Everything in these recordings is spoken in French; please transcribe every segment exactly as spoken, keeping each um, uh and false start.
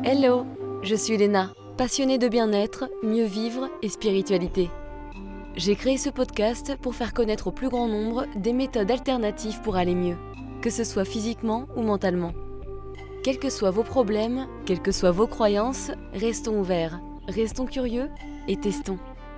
Hello, je suis Léna, passionnée de bien-être, mieux vivre et spiritualité. J'ai créé ce podcast pour faire connaître au plus grand nombre des méthodes alternatives pour aller mieux, que ce soit physiquement ou mentalement. Quels que soient vos problèmes, quelles que soient vos croyances, restons ouverts, restons curieux et testons.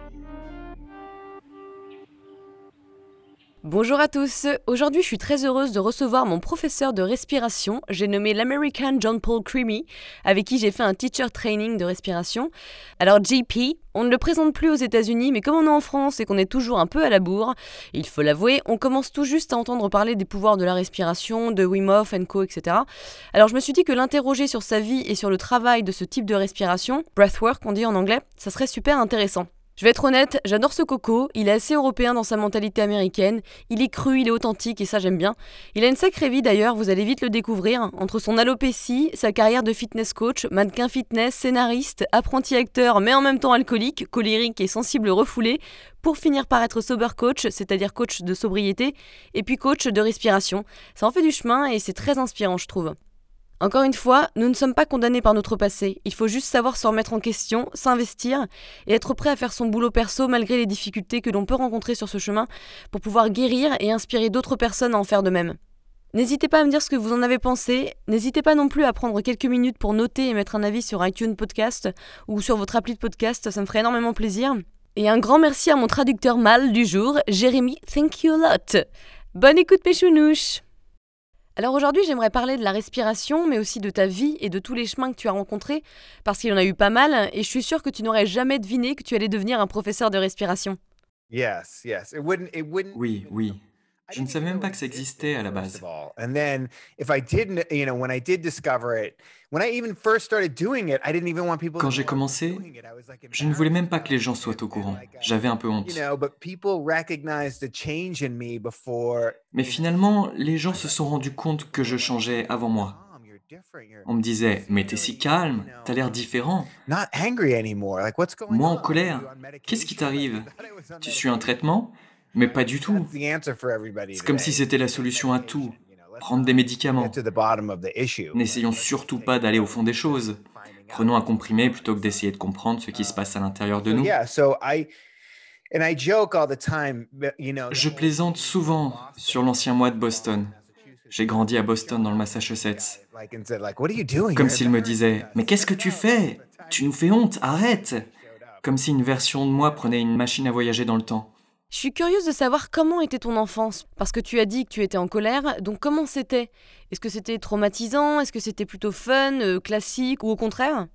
Bonjour à tous, aujourd'hui je suis très heureuse de recevoir mon professeur de respiration, j'ai nommé l'American John Paul Crimi, avec qui j'ai fait un teacher training de respiration. Alors J P, on ne le présente plus aux États-Unis, mais comme on est en France et qu'on est toujours un peu à la bourre, il faut l'avouer, on commence tout juste à entendre parler des pouvoirs de la respiration, de Wim Hof and Co, et cetera. Alors je me suis dit que l'interroger sur sa vie et sur le travail de ce type de respiration, breathwork on dit en anglais, ça serait super intéressant. Je vais être honnête, j'adore ce coco, il est assez européen dans sa mentalité américaine, il est cru, il est authentique et ça j'aime bien. Il a une sacrée vie d'ailleurs, vous allez vite le découvrir, entre son alopécie, sa carrière de fitness coach, mannequin fitness, scénariste, apprenti acteur mais en même temps alcoolique, colérique et sensible refoulé, pour finir par être sober coach, c'est-à-dire coach de sobriété, et puis coach de respiration. Ça en fait du chemin et c'est très inspirant je trouve. Encore une fois, nous ne sommes pas condamnés par notre passé, il faut juste savoir se remettre en question, s'investir et être prêt à faire son boulot perso malgré les difficultés que l'on peut rencontrer sur ce chemin pour pouvoir guérir et inspirer d'autres personnes à en faire de même. N'hésitez pas à me dire ce que vous en avez pensé, n'hésitez pas non plus à prendre quelques minutes pour noter et mettre un avis sur iTunes Podcast ou sur votre appli de podcast, ça me ferait énormément plaisir. Et un grand merci à mon traducteur mâle du jour, Jérémy, thank you a lot. Bonne écoute mes chounouches. Alors aujourd'hui, j'aimerais parler de la respiration, mais aussi de ta vie et de tous les chemins que tu as rencontrés, parce qu'il y en a eu pas mal, et je suis sûre que tu n'aurais jamais deviné que tu allais devenir un professeur de respiration. Yes, yes. It wouldn't it wouldn't Oui, even oui. I Je ne didn't savais even même know pas it que ça existed existait à la first of base. all. And then if I didn't, you know, when I did discover it, when I even first started doing it, I didn't even want people to Quand know j'ai I was commencé, doing it. I was like je ne voulais même embarrassed pas que les about gens it soient au and, and courant. like uh, J'avais un peu you honte. know, but people recognized the change in me before, Mais you know, finalement, les gens I se got sont to rendus know me. compte que People je were like, changeais "You're avant you're moi. calm, you're different, you're On me you disait, mais t'es si seem very, you calme, t'as know, l'air um différent. not angry anymore. Like what's going Moi en on? Like are you colère. on Qu'est-ce qui medication?" Like they t'arrive? thought I was on Tu suis un medication. traitement? Mais pas Right? du That's tout. the answer for everybody C'est comme si today. c'était la Take solution à medication. tout. You know, let's Prendre not des get médicaments. to the bottom of the issue. Like, N'essayons let's just surtout take pas a d'aller au pill fond des instead of choses. finding out Prenons un what's going comprimé on plutôt que d'essayer de inside. comprendre ce qui se passe à Um, l'intérieur de so nous. yeah, so I and I joke all the time, but, you know, the Je whole plaisante being from souvent Boston. sur l'ancien moi de I was born in Boston. Massachusetts. J'ai People grandi à would Boston joke dans le around with this Massachusetts. guy, like and said, like, "What are you doing? Comme You're s'il me embarrassing disait « Mais us." qu'est-ce Like, que tu no, that's fais? the time Tu nous fais honte, arrête !» showed up. Comme si une version de moi prenait une machine à voyager dans le temps. Je suis curieuse de savoir comment était ton enfance, parce que tu as dit que tu étais en colère, donc comment c'était? Est-ce que c'était traumatisant? Est-ce que c'était plutôt fun, euh, classique, ou au contraire?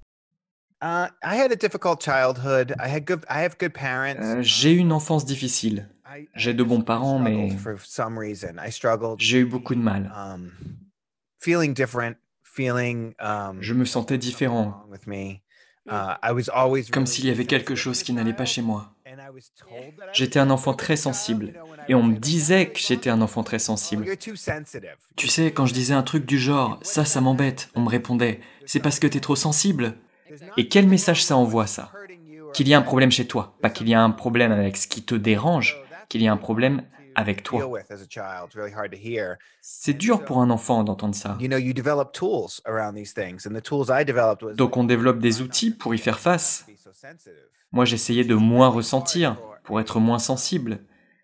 Uh, I had a difficult childhood. I had good. I have good parents. Euh, j'ai eu une enfance difficile. I, J'ai I de bons just I parents, struggled mais for some reason. I struggled j'ai eu beaucoup de mal. um, feeling different, feeling um, Je me sentais something différent, wrong with me. Uh, I was always comme really s'il y avait quelque sensitive as chose a qui n'allait pas child, chez moi. and I was told that I was J'étais un a enfant très sensitive child, you sensible, know, when I et would on me say, like, "Yeah, disait que what's j'étais wrong un with enfant you?" très Oh, sensible. you're too sensitive. Tu You're sais, too quand je disais un truc du genre « sensitive. ça, ça m'embête », on me répondait « c'est parce que t'es trop sensible ». There's not Et quel something message wrong ça with envoie, what's ça? hurting you or Qu'il y a un upsetting problème you. chez toi, pas There's qu'il y a un something wrong problème with avec you. ce qui te dérange, So that's qu'il y a un really problème hard to avec deal toi. with as a child. It's really hard to hear. C'est And dur pour un so, enfant d'entendre ça. you know, you develop tools around these things, and the tools I developed was Donc like on développe des try not outils to pour y feel, faire not to face. be so sensitive, Moi j'essayais which de is moins really hard ressentir, for pour être a moins um, sensible.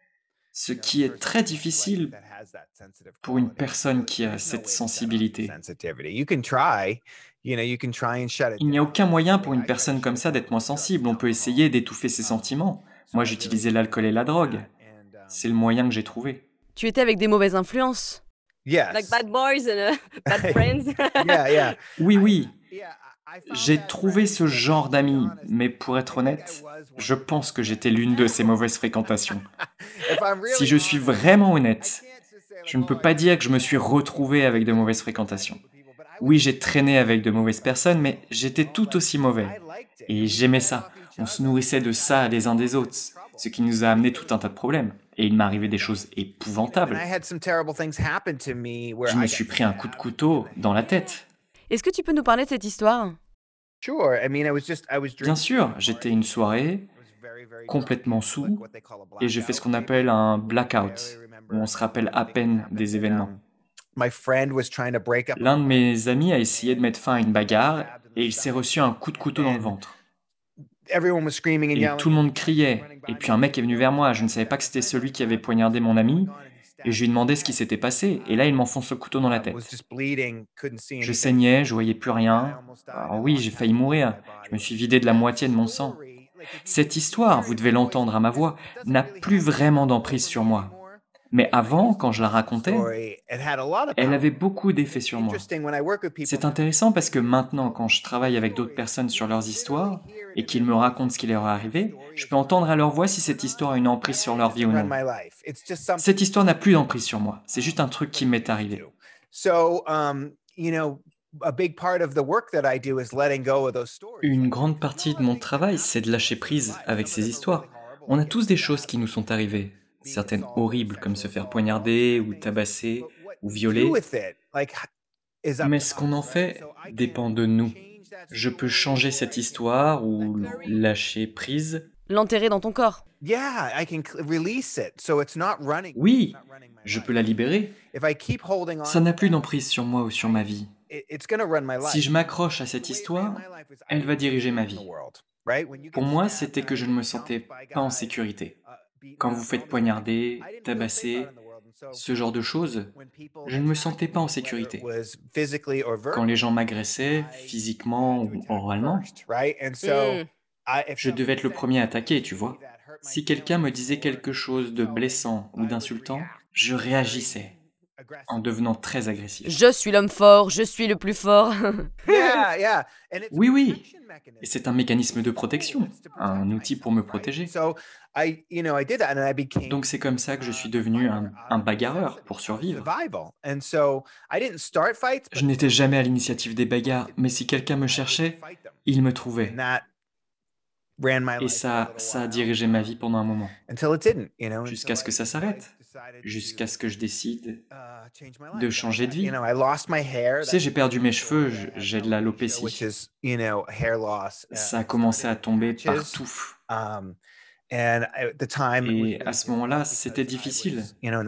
Ce you know, qui est person très like difficile that has that sensitive pour une quality. personne So qui there a is no cette way to shut off the sensibilité. sensitivity. You can try, you know, you can try and shut it Il n'y a down. aucun Like moyen the pour way une I try to personne shut comme it ça down d'être moins was drugs sensible. and On peut alcohol. essayer d'étouffer ses Um, sentiments. so Moi I really j'utilisais tried l'alcool et la doing drogue. that, and C'est le um, moyen que j'ai trouvé. Tu étais avec des mauvaises influences. Like yes, bad boys and uh, bad friends. yeah, yeah. Oui, I, oui, yeah, I I found j'ai bad trouvé friends, ce but genre to be d'amis, honest, mais pour être I think I honnête, was one je of those pense bad que j'étais friends. l'une de ces mauvaises fréquentations. If I'm Si really je suis honest, vraiment I honnête, can't just say je like, ne oh, peux I pas hung dire out que je with me bad suis people. retrouvé avec de I mauvaises did spend time fréquentations. with people, but I was Oui, j'ai just traîné avec de as mauvaises personnes, mais j'étais tout aussi mauvais. I liked it. Et We j'aimais fed ça. off each On se other. nourrissait de We got ça into les uns all des kinds autres, of trouble. ce qui nous a amené tout un tas de problèmes. Et il m'arrivait des choses You know, and épouvantables. I had some terrible things happen to me where Je me I suis got pris un coup de stabbed couteau in the dans la head. tête. Est-ce que tu peux nous parler de cette histoire? Sure. I mean, I was just I was Bien drinking sûr, at a j'étais party. une soirée, I was very very drunk, complètement like sous, what they call a et j'ai fait ce blackout. qu'on appelle un I blackout, barely remember où on se rappelle à anything that peine happened. des And, événements. um, my friend was trying to break up a L'un de fight, mes amis a essayé de mettre fin à une bagarre, et il s'est reçu un coup de couteau dans le ventre. Everyone was screaming and Et yelling. tout le monde criait. Et puis un mec est venu vers moi. Je ne savais pas que c'était celui qui avait poignardé mon ami. Et je lui ai demandé ce qui s'était passé. Et là, il m'enfonce le couteau dans la tête. Je saignais, je voyais plus rien. Alors oui, j'ai failli mourir. Je me suis vidé de la moitié de mon sang. Cette histoire, vous devez l'entendre à ma voix, n'a plus vraiment d'emprise sur moi. Mais avant, quand je la racontais, elle avait beaucoup d'effet sur moi. C'est intéressant parce que maintenant, quand je travaille avec d'autres personnes sur leurs histoires et qu'ils me racontent ce qui leur est arrivé, je peux entendre à leur voix si cette histoire a une emprise sur leur vie ou non. Cette histoire n'a plus d'emprise sur moi. C'est juste un truc qui m'est arrivé. Une grande partie de mon travail, c'est de lâcher prise avec ces histoires. On a tous des choses qui nous sont arrivées. Certaines horribles comme se faire poignarder ou tabasser ou violer. Mais ce qu'on en fait dépend de nous. Je peux changer cette histoire ou lâcher prise. L'enterrer dans ton corps. Oui, je peux la libérer. Ça n'a plus d'emprise sur moi ou sur ma vie. Si je m'accroche à cette histoire, elle va diriger ma vie. Pour moi, c'était que je ne me sentais pas en sécurité. Quand vous faites poignarder, tabasser, ce genre de choses, je ne me sentais pas en sécurité. Quand les gens m'agressaient, physiquement ou oralement, Mm. je devais être le premier à attaquer, tu vois. Si quelqu'un me disait quelque chose de blessant ou d'insultant, je réagissais en devenant très agressif. Je suis l'homme fort, je suis le plus fort. Oui, oui. Et c'est un mécanisme de protection, un outil pour me protéger. Donc c'est comme ça que je suis devenu un, un bagarreur pour survivre. Je n'étais jamais à l'initiative des bagarres, mais si quelqu'un me cherchait, il me trouvait. Et ça, ça a dirigé ma vie pendant un moment. Jusqu'à ce que ça s'arrête. Jusqu'à ce que je décide de changer de vie. Tu sais, j'ai perdu mes cheveux, j'ai de l'alopécie. Ça a commencé à tomber partout. Et à ce moment-là, c'était difficile.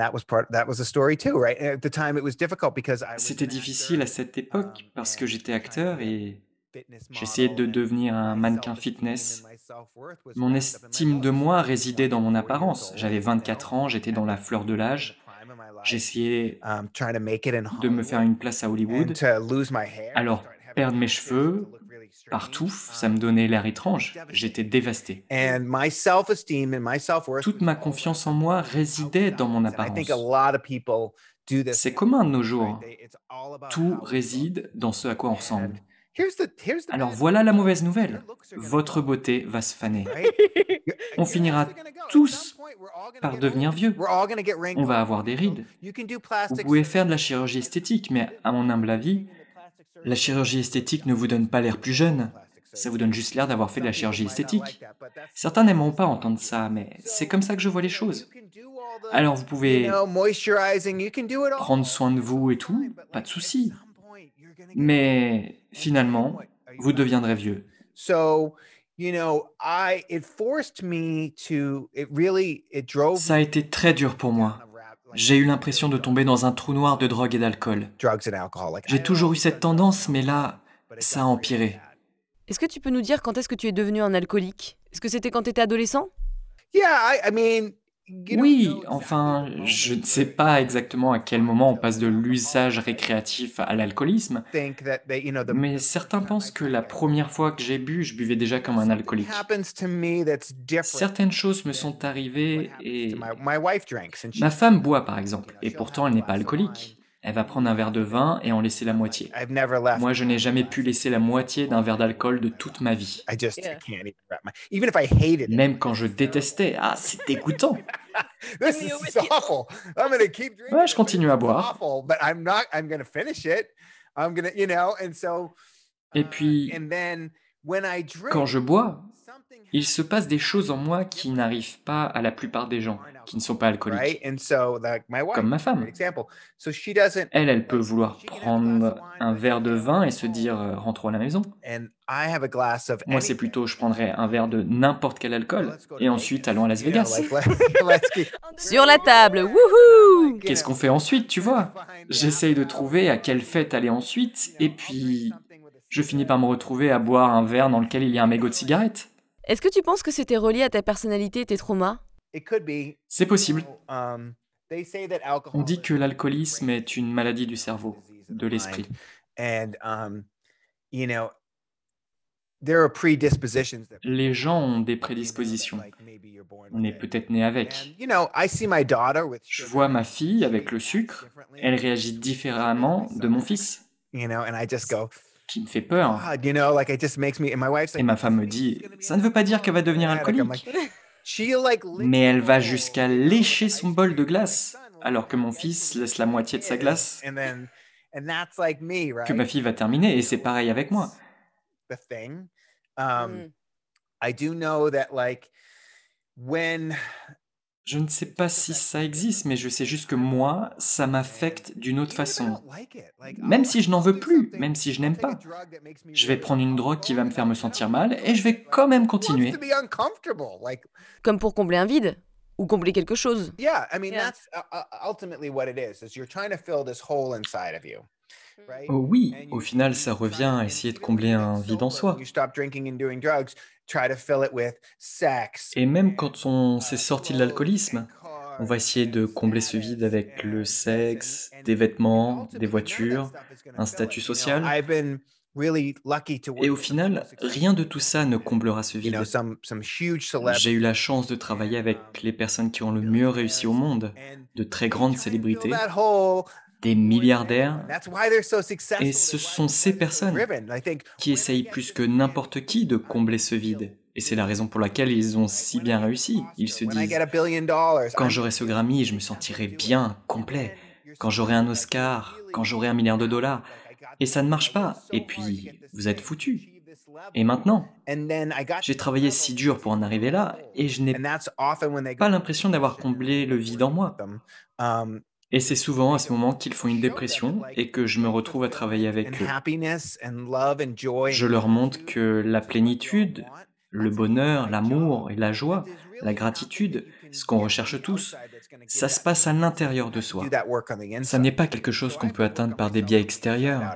C'était difficile à cette époque parce que j'étais acteur et j'essayais de devenir un mannequin fitness. Mon estime de moi résidait dans mon apparence. J'avais vingt-quatre ans, j'étais dans la fleur de l'âge. J'essayais de me faire une place à Hollywood. Alors, perdre mes cheveux, partout, ça me donnait l'air étrange. J'étais dévasté. Toute ma confiance en moi résidait dans mon apparence. C'est commun de nos jours. Tout réside dans ce à quoi on ressemble. Alors voilà la mauvaise nouvelle. Votre beauté va se faner. On finira tous par devenir vieux. On va avoir des rides. Vous pouvez faire de la chirurgie esthétique, mais à mon humble avis, la chirurgie esthétique ne vous donne pas l'air plus jeune. Ça vous donne juste l'air d'avoir fait de la chirurgie esthétique. Certains n'aimeront pas entendre ça, mais c'est comme ça que je vois les choses. Alors vous pouvez prendre soin de vous et tout, pas de souci. Mais finalement, vous deviendrez vieux. Ça a été très dur pour moi. J'ai eu l'impression de tomber dans un trou noir de drogue et d'alcool. J'ai toujours eu cette tendance, mais là, ça a empiré. Est-ce que tu peux nous dire quand est-ce que tu es devenu un alcoolique? Est-ce que c'était quand tu étais adolescent? Oui, enfin, je ne sais pas exactement à quel moment on passe de l'usage récréatif à l'alcoolisme, mais certains pensent que la première fois que j'ai bu, je buvais déjà comme un alcoolique. Certaines choses me sont arrivées et... Ma femme boit par exemple, et pourtant elle n'est pas alcoolique. Elle va prendre un verre de vin et en laisser la moitié. Moi, je n'ai jamais pu laisser la moitié d'un verre d'alcool de toute ma vie. Même quand je détestais, ah, c'est dégoûtant. Ouais, je continue à boire. Et puis, quand je bois, il se passe des choses en moi qui n'arrivent pas à la plupart des gens qui ne sont pas alcooliques. Comme ma femme. Elle, elle peut vouloir prendre un verre de vin et se dire euh, « rentrons à la maison ». Moi, c'est plutôt je prendrais un verre de n'importe quel alcool et ensuite allons à Las Vegas. Sur la table, wouhou! Qu'est-ce qu'on fait ensuite, tu vois? J'essaye de trouver à quelle fête aller ensuite et puis Je finis par me retrouver à boire un verre dans lequel il y a un mégot de cigarette. Est-ce que tu penses que c'était relié à ta personnalité et tes traumas? C'est possible. On dit que l'alcoolisme est une maladie du cerveau, de l'esprit. Les gens ont des prédispositions. On est peut-être né avec. Je vois ma fille avec le sucre, elle réagit différemment de mon fils, qui me fait peur. Et ma femme me dit, ça ne veut pas dire qu'elle va devenir alcoolique. Mais elle va jusqu'à lécher son bol de glace, alors que mon fils laisse la moitié de sa glace, que ma fille va terminer, et c'est pareil avec moi. Mm. Je ne sais pas si ça existe, mais je sais juste que moi, ça m'affecte d'une autre façon. Même si je n'en veux plus, même si je n'aime pas. Je vais prendre une drogue qui va me faire me sentir mal et je vais quand même continuer. Comme pour combler un vide ou combler quelque chose. Yeah, I mean Yeah. that's uh, uh, ultimately what it is. Is you're trying to fill this hole inside of you. Right? Oh oui, And au you- final, you- ça you revient find à it essayer de really combler get un vide en sober. soi. When you stop drinking and doing drugs, try to fill it with sex. Et même and, quand on uh, s'est sorti de clothes l'alcoolisme, and cars on va essayer de and combler ce status vide avec le and this sexe, and- and- des and vêtements, des ultimately, none of voitures, that stuff is gonna un fill statut it. You know, social. I've been really lucky to work Et au with some of the final, most successful rien de tout ça ne people. comblera ce You know, vide. some some huge J'ai celebrities. eu la chance de travailler avec les personnes qui ont le mieux réussi au monde, de très grandes célébrités, des milliardaires, et ce sont ces personnes qui essayent plus que n'importe qui de combler ce vide. Et c'est la raison pour laquelle ils ont si bien réussi. Ils se disent, quand j'aurai ce Grammy, je me sentirai bien, complet. Quand j'aurai un Oscar, quand j'aurai un milliard de dollars. Et ça ne marche pas. Et puis, vous êtes foutus. Et maintenant, j'ai travaillé si dur pour en arriver là, et je n'ai pas l'impression d'avoir comblé le vide en moi. Et c'est souvent à ce moment qu'ils font une dépression et que je me retrouve à travailler avec eux. Je leur montre que la plénitude, le bonheur, l'amour et la joie, la gratitude, ce qu'on recherche tous, ça se passe à l'intérieur de soi. Ça n'est pas quelque chose qu'on peut atteindre par des biais extérieurs.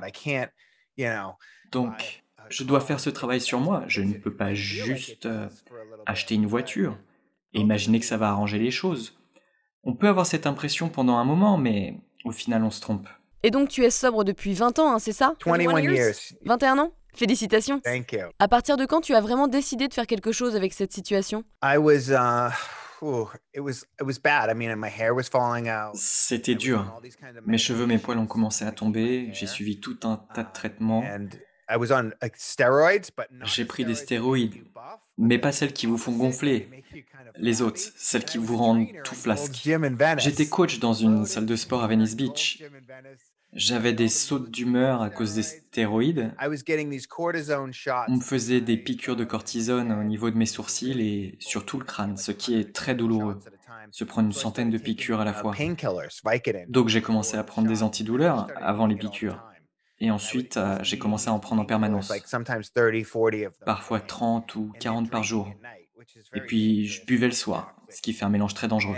Donc, je dois faire ce travail sur moi. Je ne peux pas juste euh, acheter une voiture et imaginer que ça va arranger les choses. On peut avoir cette impression pendant un moment, mais au final, on se trompe. Et donc tu es sobre depuis vingt ans, hein, c'est ça? twenty-one years. vingt et un ans? Félicitations. Thank you. À partir de quand tu as vraiment décidé de faire quelque chose avec cette situation? I was uh ooh, it was it was bad. I mean, my hair was falling out. C'était dur. Mes cheveux, mes poils ont commencé à tomber. J'ai suivi tout un tas de traitements. And I was on like, steroids, but not J'ai pris des steroids that stéroïdes, make you buff, mais pas celles qui vous font gonfler. Les autres, celles qui vous rendent tout flasque. J'étais coach dans une salle de sport à Venice Beach. J'avais des sautes d'humeur à cause des stéroïdes. On me faisait des piqûres de cortisone au niveau de mes sourcils et sur tout le crâne, ce qui est très douloureux. Se prendre une centaine de piqûres à la fois. Donc j'ai commencé à prendre des antidouleurs avant les piqûres. Et ensuite, euh, j'ai commencé à en prendre en permanence. Parfois trente ou quarante par jour. Et puis, je buvais le soir, ce qui fait un mélange très dangereux.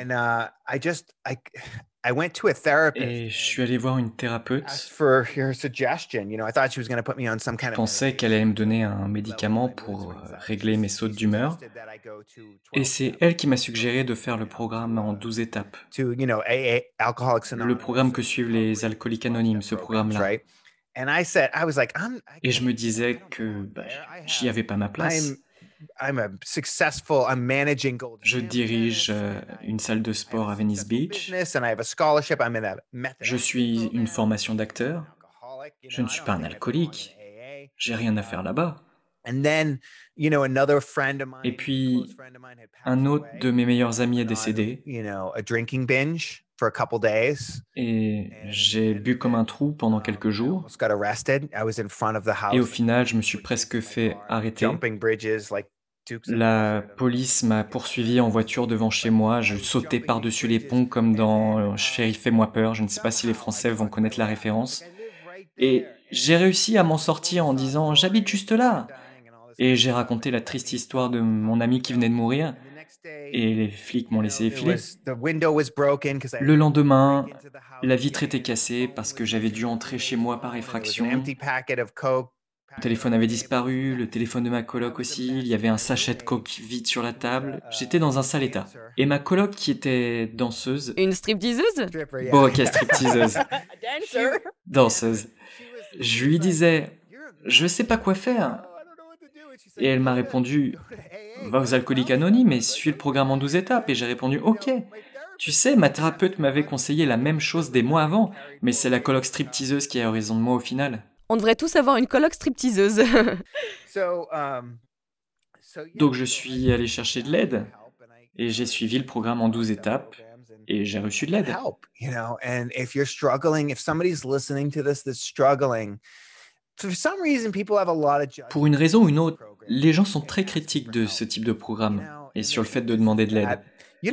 Et je suis allé voir une thérapeute. Je pensais qu'elle allait me donner un médicament pour euh, régler mes sautes d'humeur. Et c'est elle qui m'a suggéré de faire le programme en douze étapes. Le programme que suivent les alcooliques anonymes, ce programme-là. Et je me disais que bah, j'y avais pas ma place. Je dirige euh, une salle de sport à Venice Beach. Je suis une formation d'acteur. Je ne suis pas un alcoolique. J'ai rien à faire là-bas. Et puis, un autre de mes meilleurs amis est décédé. Et j'ai bu comme un trou pendant quelques jours. Et au final, je me suis presque fait arrêter. La police m'a poursuivi en voiture devant chez moi. Je sautais par-dessus les ponts comme dans Shérif, fais-moi peur. Je ne sais pas si les Français vont connaître la référence. Et j'ai réussi à m'en sortir en disant « J'habite juste là !» Et j'ai raconté la triste histoire de mon ami qui venait de mourir. Et les flics m'ont laissé filer. Le lendemain, la vitre était cassée parce que j'avais dû entrer chez moi par effraction. Mon téléphone avait disparu, le téléphone de ma coloc aussi, il y avait un sachet de coke vide sur la table. J'étais dans un sale état. Et ma coloc qui était danseuse... Une stripteaseuse? Bon, ok, stripteaseuse. Danseuse. Je lui disais, je sais pas quoi faire. Et elle m'a répondu, va aux alcooliques anonymes et suis le programme en douze étapes. Et j'ai répondu, ok. Tu sais, ma thérapeute m'avait conseillé la même chose des mois avant, mais c'est la coloc stripteaseuse qui a eu raison de moi au final. On devrait tous avoir une coloc stripteaseuse. Donc je suis allé chercher de l'aide et j'ai suivi le programme en douze étapes et j'ai reçu de l'aide. Pour une raison ou une autre, les gens sont très critiques de ce type de programme et sur le fait de demander de l'aide.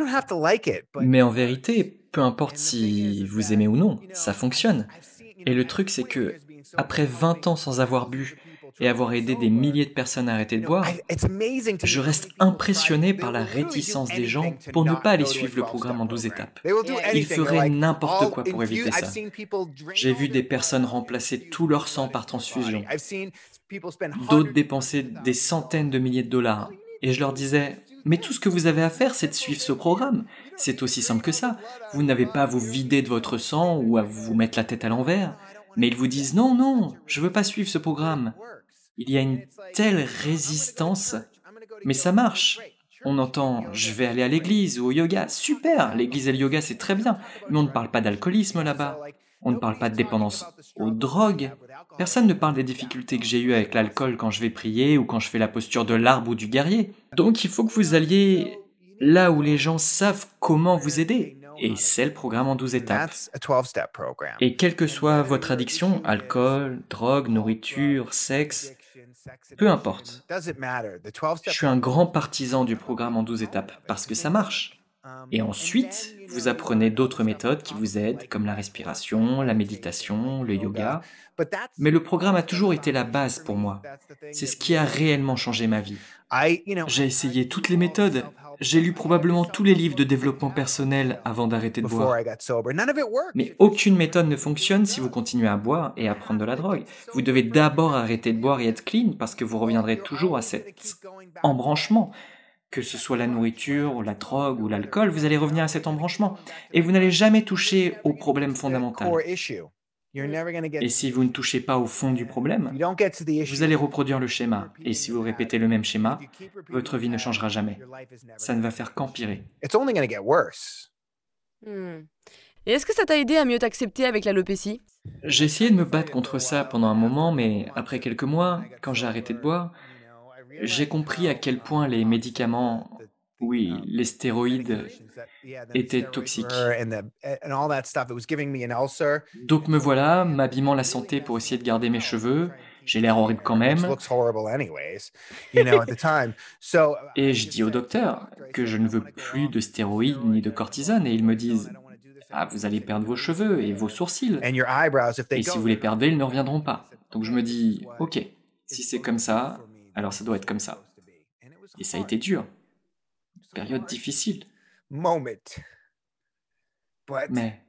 Mais en vérité, peu importe si vous aimez ou non, ça fonctionne. Et le truc, c'est que, après vingt ans sans avoir bu et avoir aidé des milliers de personnes à arrêter de boire, je reste impressionné par la réticence des gens pour ne pas aller suivre le programme en douze étapes. Ils feraient n'importe quoi pour éviter ça. J'ai vu des personnes remplacer tout leur sang par transfusion, d'autres dépenser des centaines de milliers de dollars. Et je leur disais, mais tout ce que vous avez à faire, c'est de suivre ce programme. C'est aussi simple que ça. Vous n'avez pas à vous vider de votre sang ou à vous mettre la tête à l'envers. Mais ils vous disent, non, non, je veux pas suivre ce programme. Il y a une telle résistance, mais ça marche. On entend, je vais aller à l'église ou au yoga. Super, l'église et le yoga, c'est très bien. Mais on ne parle pas d'alcoolisme là-bas. On ne parle pas de dépendance aux drogues. Personne ne parle des difficultés que j'ai eues avec l'alcool quand je vais prier ou quand je fais la posture de l'arbre ou du guerrier. Donc il faut que vous alliez là où les gens savent comment vous aider. Et c'est le programme en douze étapes. Et quelle que soit votre addiction, alcool, drogue, nourriture, sexe, peu importe. Je suis un grand partisan du programme en douze étapes parce que ça marche. Et ensuite, vous apprenez d'autres méthodes qui vous aident, comme la respiration, la méditation, le yoga. Mais le programme a toujours été la base pour moi. C'est ce qui a réellement changé ma vie. J'ai essayé toutes les méthodes. J'ai lu probablement tous les livres de développement personnel avant d'arrêter de boire. Mais aucune méthode ne fonctionne si vous continuez à boire et à prendre de la drogue. Vous devez d'abord arrêter de boire et être clean parce que vous reviendrez toujours à cet embranchement. Que ce soit la nourriture, ou la drogue ou l'alcool, vous allez revenir à cet embranchement. Et vous n'allez jamais toucher au problème fondamental. Et si vous ne touchez pas au fond du problème, vous allez reproduire le schéma. Et si vous répétez le même schéma, votre vie ne changera jamais. Ça ne va faire qu'empirer. Hmm. Et est-ce que ça t'a aidé à mieux t'accepter avec l'alopécie? J'ai essayé de me battre contre ça pendant un moment, mais après quelques mois, quand j'ai arrêté de boire, j'ai compris à quel point les médicaments, oui, les stéroïdes, étaient toxiques. Donc me voilà, m'abîmant la santé pour essayer de garder mes cheveux. J'ai l'air horrible quand même. Et je dis au docteur que je ne veux plus de stéroïdes ni de cortisone. Et ils me disent, ah, vous allez perdre vos cheveux et vos sourcils. Et si vous les perdez, ils ne reviendront pas. Donc je me dis, ok, si c'est comme ça, alors ça doit être comme ça. Et ça a été dur. Période difficile. Mais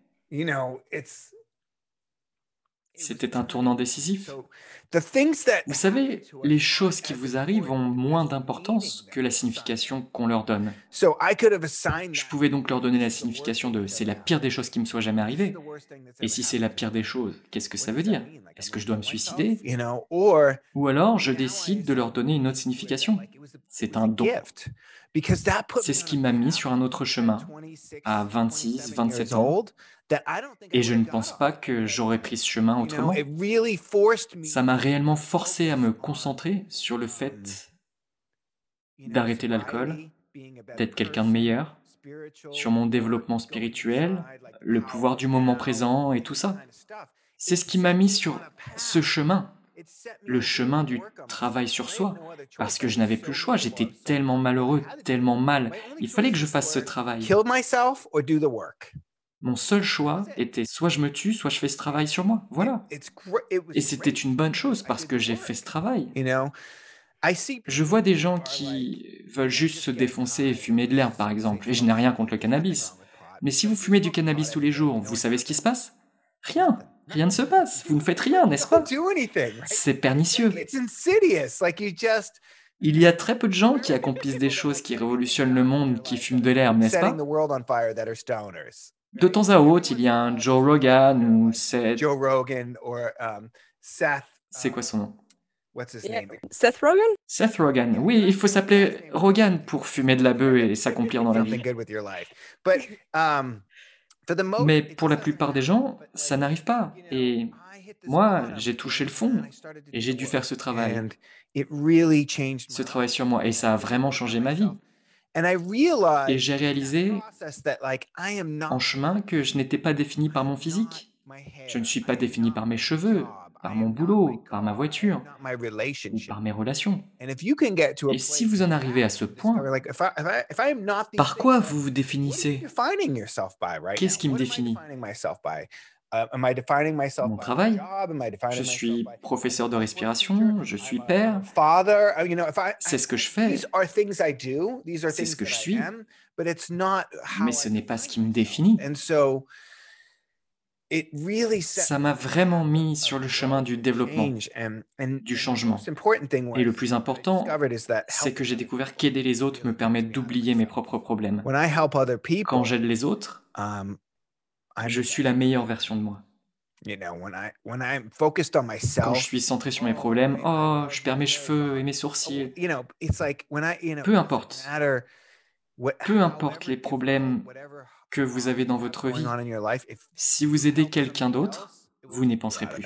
c'était un tournant décisif. Vous savez, les choses qui vous arrivent ont moins d'importance que la signification qu'on leur donne. Je pouvais donc leur donner la signification de « c'est la pire des choses qui me soit jamais arrivée ». Et si c'est la pire des choses, qu'est-ce que ça veut dire? Est-ce que je dois me suicider? Ou alors, je décide de leur donner une autre signification. C'est un don. C'est ce qui m'a mis sur un autre chemin, à vingt-six, vingt-sept ans. Et je ne pense pas que j'aurais pris ce chemin autrement. Ça m'a réellement forcé à me concentrer sur le fait d'arrêter l'alcool, d'être quelqu'un de meilleur, sur mon développement spirituel, le pouvoir du moment présent et tout ça. C'est ce qui m'a mis sur ce chemin, le chemin du travail sur soi, parce que je n'avais plus le choix, j'étais tellement malheureux, tellement mal. Il fallait que je fasse ce travail. Mon seul choix était soit je me tue, soit je fais ce travail sur moi. Voilà. Et c'était une bonne chose parce que j'ai fait ce travail. Je vois des gens qui veulent juste se défoncer et fumer de l'herbe, par exemple, et je n'ai rien contre le cannabis. Mais si vous fumez du cannabis tous les jours, vous savez ce qui se passe? Rien. Rien ne se passe, vous ne faites rien, n'est-ce pas? Don't do anything, right? C'est pernicieux. It's insidious. Like you just Il y a très peu de gens qui accomplissent des choses qui révolutionnent le monde, qui fument de l'herbe, n'est-ce setting pas? the world on fire that are stoners. De temps à autre, il y a un Joe Rogan ou Seth... Joe Rogan or um, Seth. C'est quoi son nom? What's his Yeah. name? Seth Rogen? Seth Rogan. Oui, il faut s'appeler Rogan pour fumer de la bœuf et s'accomplir dans la Something vie. good with your life. But um, for the most, Mais pour la plupart des gens, ça n'arrive pas. Et moi, j'ai touché le fond et j'ai dû faire ce travail, and it really changed ce my travail sur moi. Et ça a vraiment changé ma vie. And I Et realized j'ai réalisé process that like I am not en chemin que je n'étais pas défini par mon physique. Je ne suis pas défini par mes cheveux, par mon boulot, par ma voiture my ou relationship. par mes relations. And if you can get to a Et si vous en arrivez à ce point, or like if I if I if I am not these par quoi things, vous vous what are you définissez? defining yourself by right Qu'est-ce now? qui me What am I définit? defining myself by? Uh, am I defining myself Mon by my travail. job? Am I defining Je myself suis by professeur de my respiration, je suis I'm a père. father? Uh, You know, if I, C'est I ce que je fais, these are things I do. These are c'est things ce que that je I suis, am, but it's not how mais I ce n'est pas ce qui define me myself. définit. And so it really set Ça me m'a on a vraiment path mis of- sur le of chemin du growth and développement, change. And, and du the changement. most important thing Et le was plus I important, discovered is that c'est que j'ai helping découvert qu'aider les autres me permet d'oublier mes propres problèmes. when I help other Quand people, j'aide les autres, um, I'm je the suis la meilleure version de moi. You know, when I when I'm focused on Quand je myself, suis centré sur mes problèmes, oh, je perds mes cheveux et mes sourcils. you know, it's like when I, you know, Peu it doesn't importe. matter what, Peu importe les however problèmes difficult, whatever que vous avez dans votre going vie, on in your life, if si vous aidez quelqu'un d'autre, vous n'y penserez plus.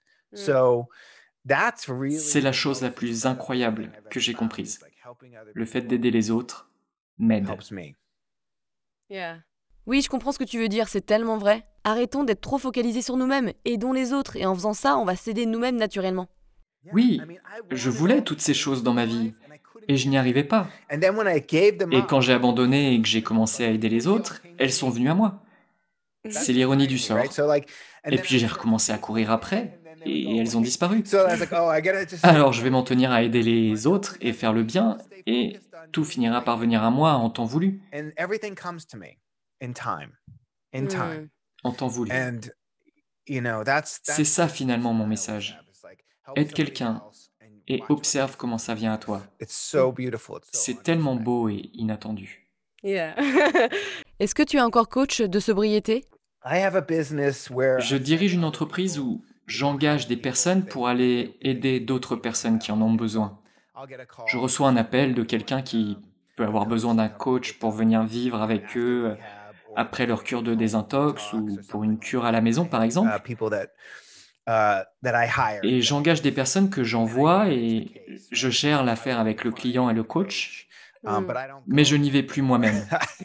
So that's really C'est la chose la plus incroyable que j'ai comprise. Le fait d'aider les autres m'aide. helps me. Yeah. Oui, je comprends ce que tu veux dire, c'est tellement vrai. Arrêtons d'être trop focalisés sur nous-mêmes, aidons les autres, et en faisant ça, on va s'aider nous-mêmes naturellement. Oui, je voulais toutes ces choses dans ma vie, et je n'y arrivais pas. And then when I gave them Et up, quand j'ai abandonné et que j'ai commencé à aider les autres, elles sont venues à moi. C'est l'ironie du sort. right? So like, and Et then puis j'ai recommencé à courir après, et elles ont disparu. so I was like, oh, I gotta just. Alors je vais m'en tenir à aider les autres et faire le bien, et tout finira par venir à moi en temps voulu. And everything comes to me in time, in time. Hmm. En temps voulu. And you know, that's, that's C'est ça finalement mon message. Aide quelqu'un et observe comment ça vient à toi. It's so beautiful. It's so C'est tellement beau et inattendu. Yeah. Est-ce que tu es encore coach de sobriété? I have a business where Je dirige une entreprise où j'engage des personnes pour aller aider d'autres personnes qui en ont besoin. Je reçois un appel de quelqu'un qui peut avoir besoin d'un coach pour venir vivre avec eux après leur cure de désintox ou pour une cure à la maison par exemple. uh, people that uh, that I hire. Et j'engage des personnes que j'envoie et je gère l'affaire avec le client et le coach, Um, but I don't mais je n'y vais plus moi-même.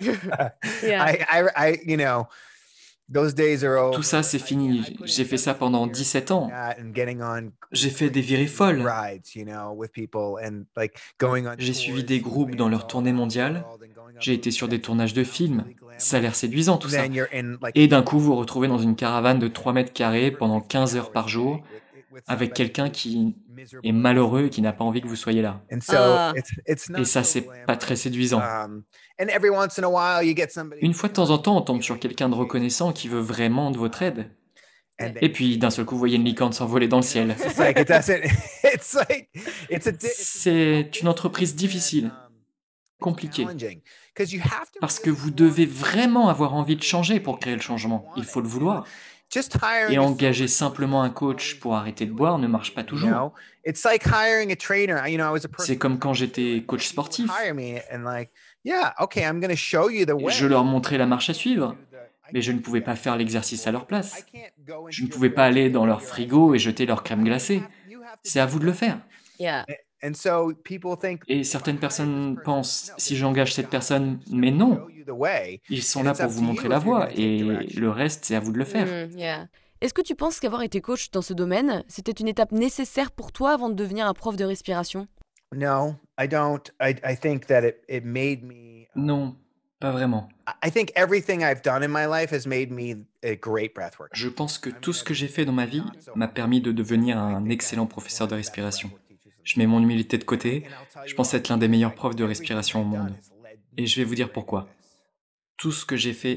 Yeah. I, I, I, you know, those days are over. Tout ça, c'est fini. J'ai fait ça pendant dix-sept ans. That and getting on J'ai fait des virées folles. rides, you know, with people and like going on J'ai tours, suivi des groupes seeing dans leur bands tournée all over the mondiale. world and going up J'ai to été sur the des tournages de films. Ça a l'air séduisant tout ça. Then you're in like Et d'un coup, vous vous retrouvez dans une caravane de trois mètres carrés pendant quinze heures par jour avec quelqu'un qui est malheureux et qui n'a pas envie que vous soyez là. And so Ah. it's it's not Et ça, so c'est pas très séduisant. Um, and every once in a while, you get somebody. Une fois de temps en temps, on tombe sur quelqu'un de reconnaissant qui veut vraiment de votre aide. And Et puis, d'un seul coup, vous voyez une licorne s'envoler dans le ciel. it's like it doesn't. It's like it's a. di- it's C'est une entreprise difficile, compliquée, challenging because you have to parce que vous devez vraiment avoir envie de changer pour créer le changement. Il faut le vouloir. just hiring. Et a engager simplement un coach pour arrêter de boire ne marche pas You toujours. know, it's like hiring a trainer. You know, I was a person. C'est comme quand j'étais coach sportif. Hire me and like, yeah, okay, I'm going to show you the way. Je leur montrais la marche à suivre, mais je ne pouvais pas faire l'exercice à leur place. Je ne pouvais pas aller dans leur frigo et jeter leur crème glacée. C'est à vous de le faire. Yeah. And so people think. Et certaines personnes pensent, si j'engage cette personne, mais non, Show you the way. ils sont là pour vous montrer la voie, et le reste, c'est à vous de le faire. Hmm, yeah. Est-ce que tu penses qu'avoir été coach dans ce domaine, c'était une étape nécessaire pour toi avant de devenir un prof de respiration? No, I don't. I I think that it it made me. Non, pas vraiment. I think everything I've done in my life has made me a great breathworker. Je pense que tout ce que j'ai fait dans ma vie m'a permis de devenir un excellent professeur de respiration. Je mets mon humilité de côté, je pense être l'un des meilleurs profs de respiration au monde. Et je vais vous dire pourquoi. Tout ce que j'ai fait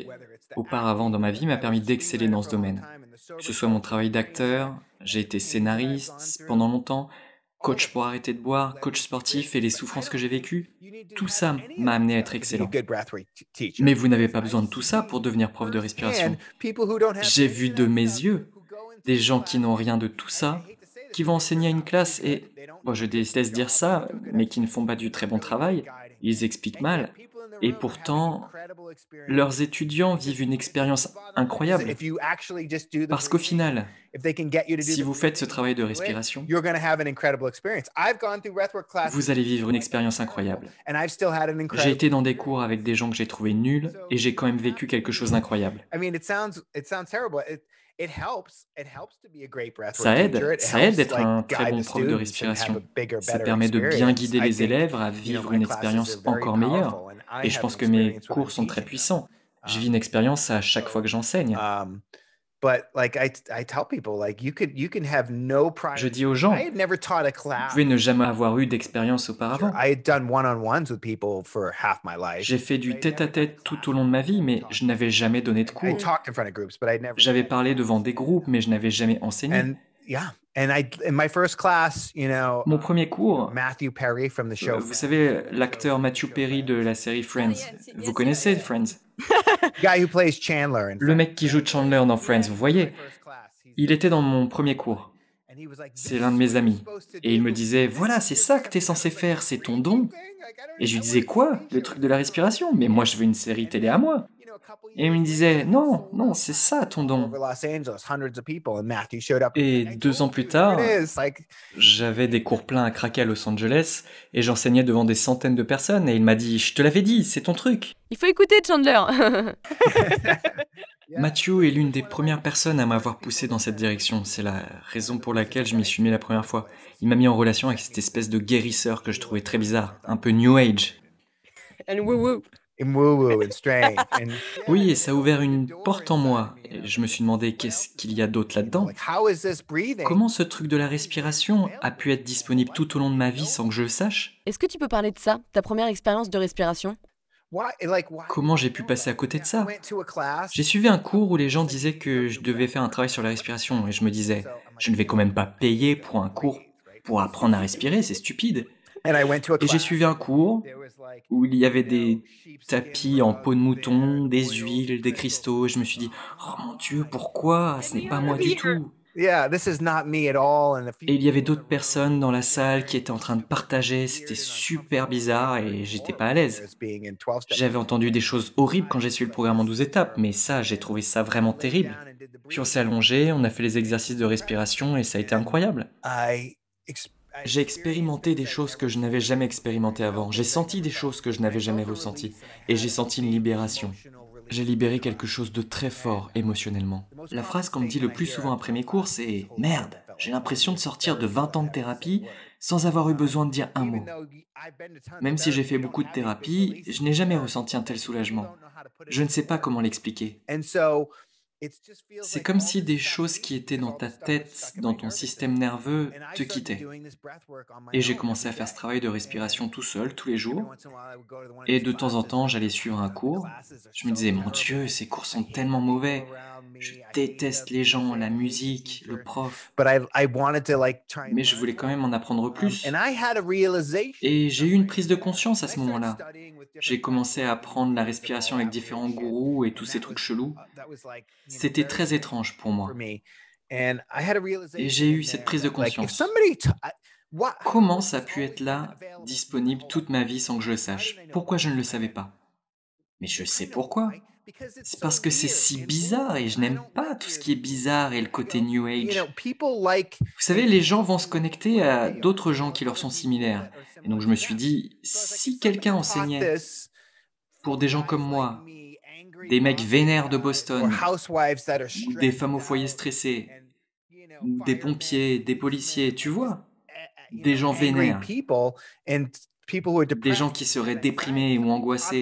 auparavant dans ma vie m'a permis d'exceller dans ce domaine. Que ce soit mon travail d'acteur, j'ai été scénariste pendant longtemps, coach pour arrêter de boire, coach sportif et les souffrances que j'ai vécues, tout ça m'a amené à être excellent. Mais vous n'avez pas besoin de tout ça pour devenir prof de respiration. J'ai vu de mes yeux des gens qui n'ont rien de tout ça, qui vont enseigner à une classe et, bon, je déteste dire ça, mais qui ne font pas du très bon travail, ils expliquent mal, et pourtant, leurs étudiants vivent une expérience incroyable. Parce qu'au final, si vous faites ce travail de respiration, vous allez vivre une expérience incroyable. J'ai été dans des cours avec des gens que j'ai trouvés nuls, et j'ai quand même vécu quelque chose d'incroyable. Ça aide, ça aide d'être un très bon prof de respiration. Ça permet de bien guider les élèves à vivre une expérience encore meilleure. Et je pense que mes cours sont très puissants. Je vis une expérience à chaque fois que j'enseigne. Je dis aux gens, vous pouvez ne jamais avoir eu d'expérience auparavant. J'ai fait du tête-à-tête tout au long de ma vie, mais je n'avais jamais donné de cours. J'avais parlé devant des groupes, mais je n'avais jamais enseigné. Mon premier cours, euh, vous savez, l'acteur Matthew Perry de la série Friends. Vous connaissez Friends? Le mec qui joue Chandler dans Friends, vous voyez? Il était dans mon premier cours. C'est l'un de mes amis. Et il me disait, voilà, c'est ça que t'es censé faire, c'est ton don. Et je lui disais, quoi? Le truc de la respiration? Mais moi, je veux une série télé à moi. Et il me disait, non, non, c'est ça ton don. Et deux ans plus tard, j'avais des cours pleins à craquer à Los Angeles et j'enseignais devant des centaines de personnes et il m'a dit, je te l'avais dit, c'est ton truc. Il faut écouter Chandler. Matthew est l'une des premières personnes à m'avoir poussé dans cette direction. C'est la raison pour laquelle je m'y suis mis la première fois. Il m'a mis en relation avec cette espèce de guérisseur que je trouvais très bizarre, un peu New Age. And woo-woo. Oui, et ça a ouvert une porte en moi. Et je me suis demandé qu'est-ce qu'il y a d'autre là-dedans. Comment ce truc de la respiration a pu être disponible tout au long de ma vie sans que je le sache? Est-ce que tu peux parler de ça, ta première expérience de respiration? Comment j'ai pu passer à côté de ça? J'ai suivi un cours où les gens disaient que je devais faire un travail sur la respiration et je me disais, je ne vais quand même pas payer pour un cours pour apprendre à respirer, c'est stupide. Et j'ai suivi un cours où il y avait des tapis en peau de mouton, des huiles, des cristaux. Et je me suis dit, oh mon Dieu, pourquoi? Ce n'est pas moi du tout. Et il y avait d'autres personnes dans la salle qui étaient en train de partager. C'était super bizarre et j'étais pas à l'aise. J'avais entendu des choses horribles quand j'ai suivi le programme en douze étapes, mais ça, j'ai trouvé ça vraiment terrible. Puis on s'est allongé, on a fait les exercices de respiration et ça a été incroyable. J'ai expérimenté des choses que je n'avais jamais expérimentées avant. J'ai senti des choses que je n'avais jamais ressenties. Et j'ai senti une libération. J'ai libéré quelque chose de très fort émotionnellement. La phrase qu'on me dit le plus souvent après mes cours, c'est « Merde, j'ai l'impression de sortir de vingt ans de thérapie sans avoir eu besoin de dire un mot. » Même si j'ai fait beaucoup de thérapie, je n'ai jamais ressenti un tel soulagement. Je ne sais pas comment l'expliquer. C'est comme si des choses qui étaient dans ta tête, dans ton système nerveux, te quittaient. Et j'ai commencé à faire ce travail de respiration tout seul, tous les jours. Et de temps en temps, j'allais suivre un cours. Je me disais, mon Dieu, ces cours sont tellement mauvais. Je déteste les gens, la musique, le prof. Mais je voulais quand même en apprendre plus. Et j'ai eu une prise de conscience à ce moment-là. J'ai commencé à apprendre la respiration avec différents gourous et tous ces trucs chelous. C'était très étrange pour moi. Et j'ai eu cette prise de conscience. Comment ça a pu être là, disponible toute ma vie sans que je le sache? Pourquoi je ne le savais pas? Mais je sais pourquoi. C'est parce que c'est si bizarre et je n'aime pas tout ce qui est bizarre et le côté New Age. Vous savez, les gens vont se connecter à d'autres gens qui leur sont similaires. Et donc je me suis dit, si quelqu'un enseignait pour des gens comme moi, des mecs vénères de Boston, ou des femmes au foyer stressées, ou des pompiers, des policiers, tu vois, des gens vénères, des gens qui seraient déprimés ou angoissés.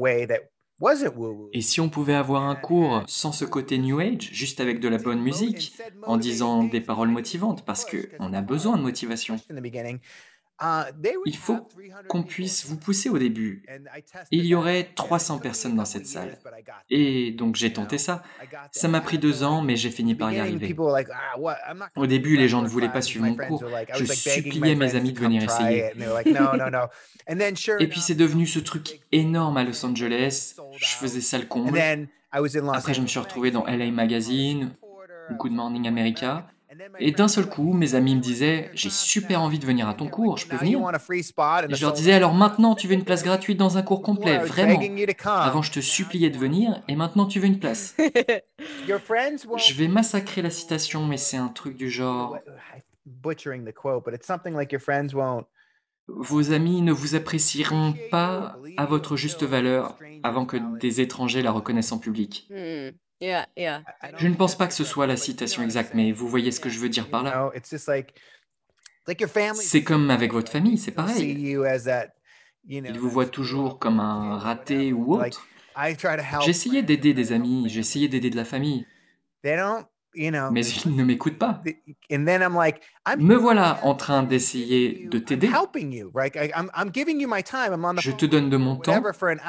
Et si on pouvait avoir un cours sans ce côté New Age, juste avec de la bonne musique, en disant des paroles motivantes, parce qu'on a besoin de motivation. Il faut qu'on puisse vous pousser au début. Il y aurait trois cents personnes dans cette salle. Et donc j'ai tenté ça. Ça m'a pris deux ans, mais j'ai fini par y arriver. Au début, les gens ne voulaient pas suivre mon cours. Je suppliais mes amis de venir essayer. Et puis c'est devenu ce truc énorme à Los Angeles. Je faisais ça le comble. Après, je me suis retrouvé dans L A Magazine, Good Morning America. Et d'un seul coup, mes amis me disaient « J'ai super envie de venir à ton cours, je peux venir ?» Et je leur disais « Alors maintenant, tu veux une place gratuite dans un cours complet, vraiment. Avant, je te suppliais de venir, et maintenant, tu veux une place. » Je vais massacrer la citation, mais c'est un truc du genre « Vos amis ne vous apprécieront pas à votre juste valeur avant que des étrangers la reconnaissent en public. » Yeah, yeah. Je ne pense pas que ce soit la citation exacte, mais vous voyez ce que je veux dire par là. C'est comme avec votre famille, c'est pareil. Ils vous voient toujours comme un raté ou autre. J'essayais d'aider des amis, j'essayais d'aider de la famille, mais ils ne m'écoutent pas. Me voilà en train d'essayer de t'aider. Je te donne de mon temps.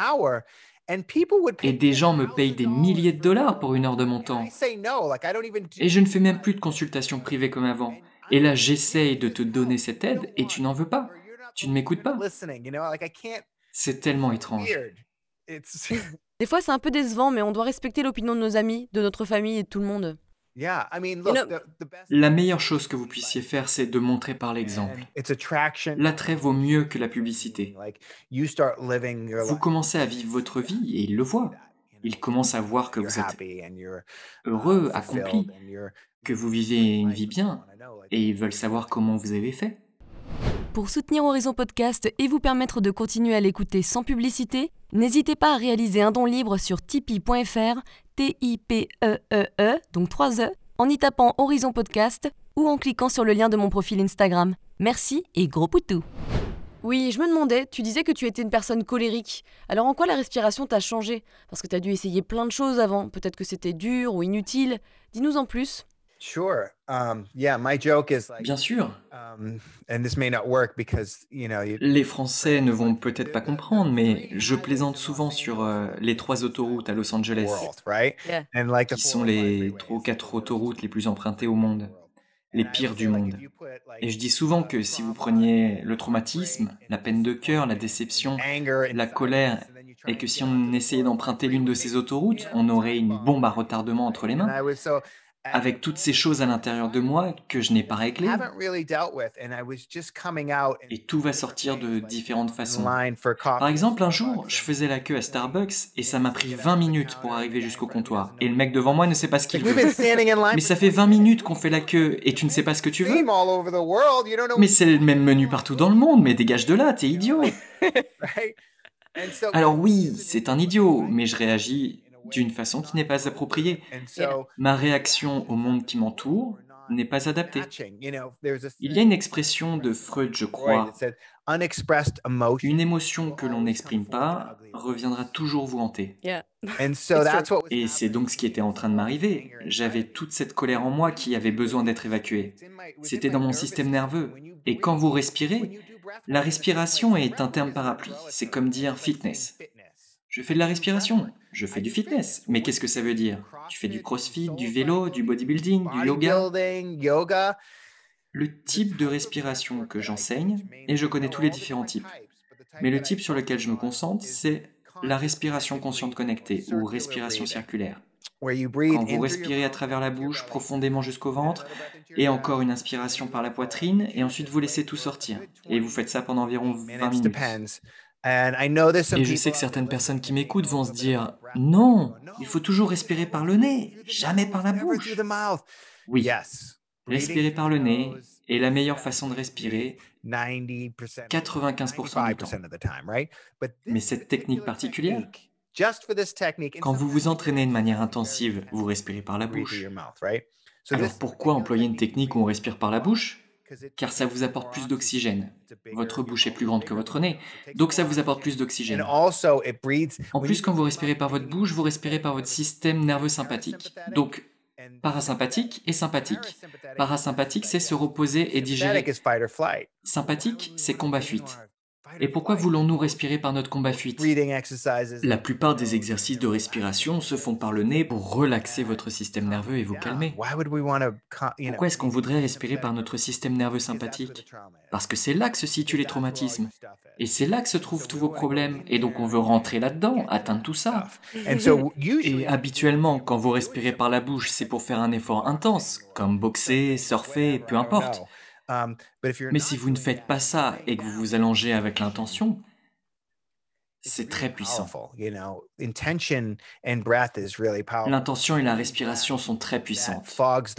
Et des gens me payent des milliers de dollars pour une heure de mon temps. Et je ne fais même plus de consultations privées comme avant. Et là, j'essaye de te donner cette aide et tu n'en veux pas. Tu ne m'écoutes pas. C'est tellement étrange. Des fois, c'est un peu décevant, mais on doit respecter l'opinion de nos amis, de notre famille et de tout le monde. La meilleure chose que vous puissiez faire, c'est de montrer par l'exemple. L'attrait vaut mieux que la publicité. Vous commencez à vivre votre vie et ils le voient. Ils commencent à voir que vous êtes heureux, accompli, que vous vivez une vie bien, et ils veulent savoir comment vous avez fait. Pour soutenir Horizon Podcast et vous permettre de continuer à l'écouter sans publicité, n'hésitez pas à réaliser un don libre sur tipeee point f r, T I P E E E, donc trois E, en y tapant Horizon Podcast ou en cliquant sur le lien de mon profil Instagram. Merci et gros poutou. Oui, je me demandais, tu disais que tu étais une personne colérique. Alors en quoi la respiration t'a changé ? Parce que t'as dû essayer plein de choses avant. Peut-être que c'était dur ou inutile. Dis-nous en plus. Bien sûr. Les Français ne vont peut-être pas comprendre, mais je plaisante souvent sur euh, les trois autoroutes à Los Angeles, qui sont les trois ou quatre autoroutes les plus empruntées au monde, les pires du monde. Et je dis souvent que si vous preniez le traumatisme, la peine de cœur, la déception, la colère, et que si on essayait d'emprunter l'une de ces autoroutes, on aurait une bombe à retardement entre les mains. Avec toutes ces choses à l'intérieur de moi que je n'ai pas réglées. Et tout va sortir de différentes façons. Par exemple, un jour, je faisais la queue à Starbucks et ça m'a pris vingt minutes pour arriver jusqu'au comptoir. Et le mec devant moi ne sait pas ce qu'il veut. Mais ça fait vingt minutes qu'on fait la queue et tu ne sais pas ce que tu veux. Mais c'est le même menu partout dans le monde, mais dégage de là, t'es idiot. Alors oui, c'est un idiot, mais je réagis d'une façon qui n'est pas appropriée. Ma réaction au monde qui m'entoure n'est pas adaptée. Il y a une expression de Freud, je crois. Une émotion que l'on n'exprime pas reviendra toujours vous hanter. Et c'est donc ce qui était en train de m'arriver. J'avais toute cette colère en moi qui avait besoin d'être évacuée. C'était dans mon système nerveux. Et quand vous respirez, la respiration est un terme parapluie. C'est comme dire fitness. Je fais de la respiration, je fais du fitness. Mais qu'est-ce que ça veut dire ? Tu fais du crossfit, du vélo, du bodybuilding, du yoga ? Le type de respiration que j'enseigne, et je connais tous les différents types, mais le type sur lequel je me concentre, c'est la respiration consciente connectée ou respiration circulaire. Quand vous respirez à travers la bouche, profondément jusqu'au ventre, et encore une inspiration par la poitrine, et ensuite vous laissez tout sortir. Et vous faites ça pendant environ vingt minutes. Et je sais que certaines personnes qui m'écoutent vont se dire « Non, il faut toujours respirer par le nez, jamais par la bouche. » Oui, respirer par le nez est la meilleure façon de respirer quatre-vingt-quinze pour cent du temps. Mais cette technique particulière, quand vous vous entraînez de manière intensive, vous respirez par la bouche. Alors pourquoi employer une technique où on respire par la bouche ? Car ça vous apporte plus d'oxygène. Votre bouche est plus grande que votre nez, donc ça vous apporte plus d'oxygène. En plus, quand vous respirez par votre bouche, vous respirez par votre système nerveux sympathique. Donc, Parasympathique et sympathique. Parasympathique, c'est se reposer et digérer. Sympathique, c'est combat-fuite. Et pourquoi voulons-nous respirer par notre combat-fuite? La plupart des exercices de respiration se font par le nez pour relaxer votre système nerveux et vous calmer. Pourquoi est-ce qu'on voudrait respirer par notre système nerveux sympathique? Parce que c'est là que se situent les traumatismes. Et c'est là que se trouvent tous vos problèmes. Et donc on veut rentrer là-dedans, atteindre tout ça. Et habituellement, quand vous respirez par la bouche, c'est pour faire un effort intense, comme boxer, surfer, peu importe. Mais si vous ne faites pas ça et que vous vous allongez avec l'intention, c'est très puissant. L'intention et la respiration sont très puissantes.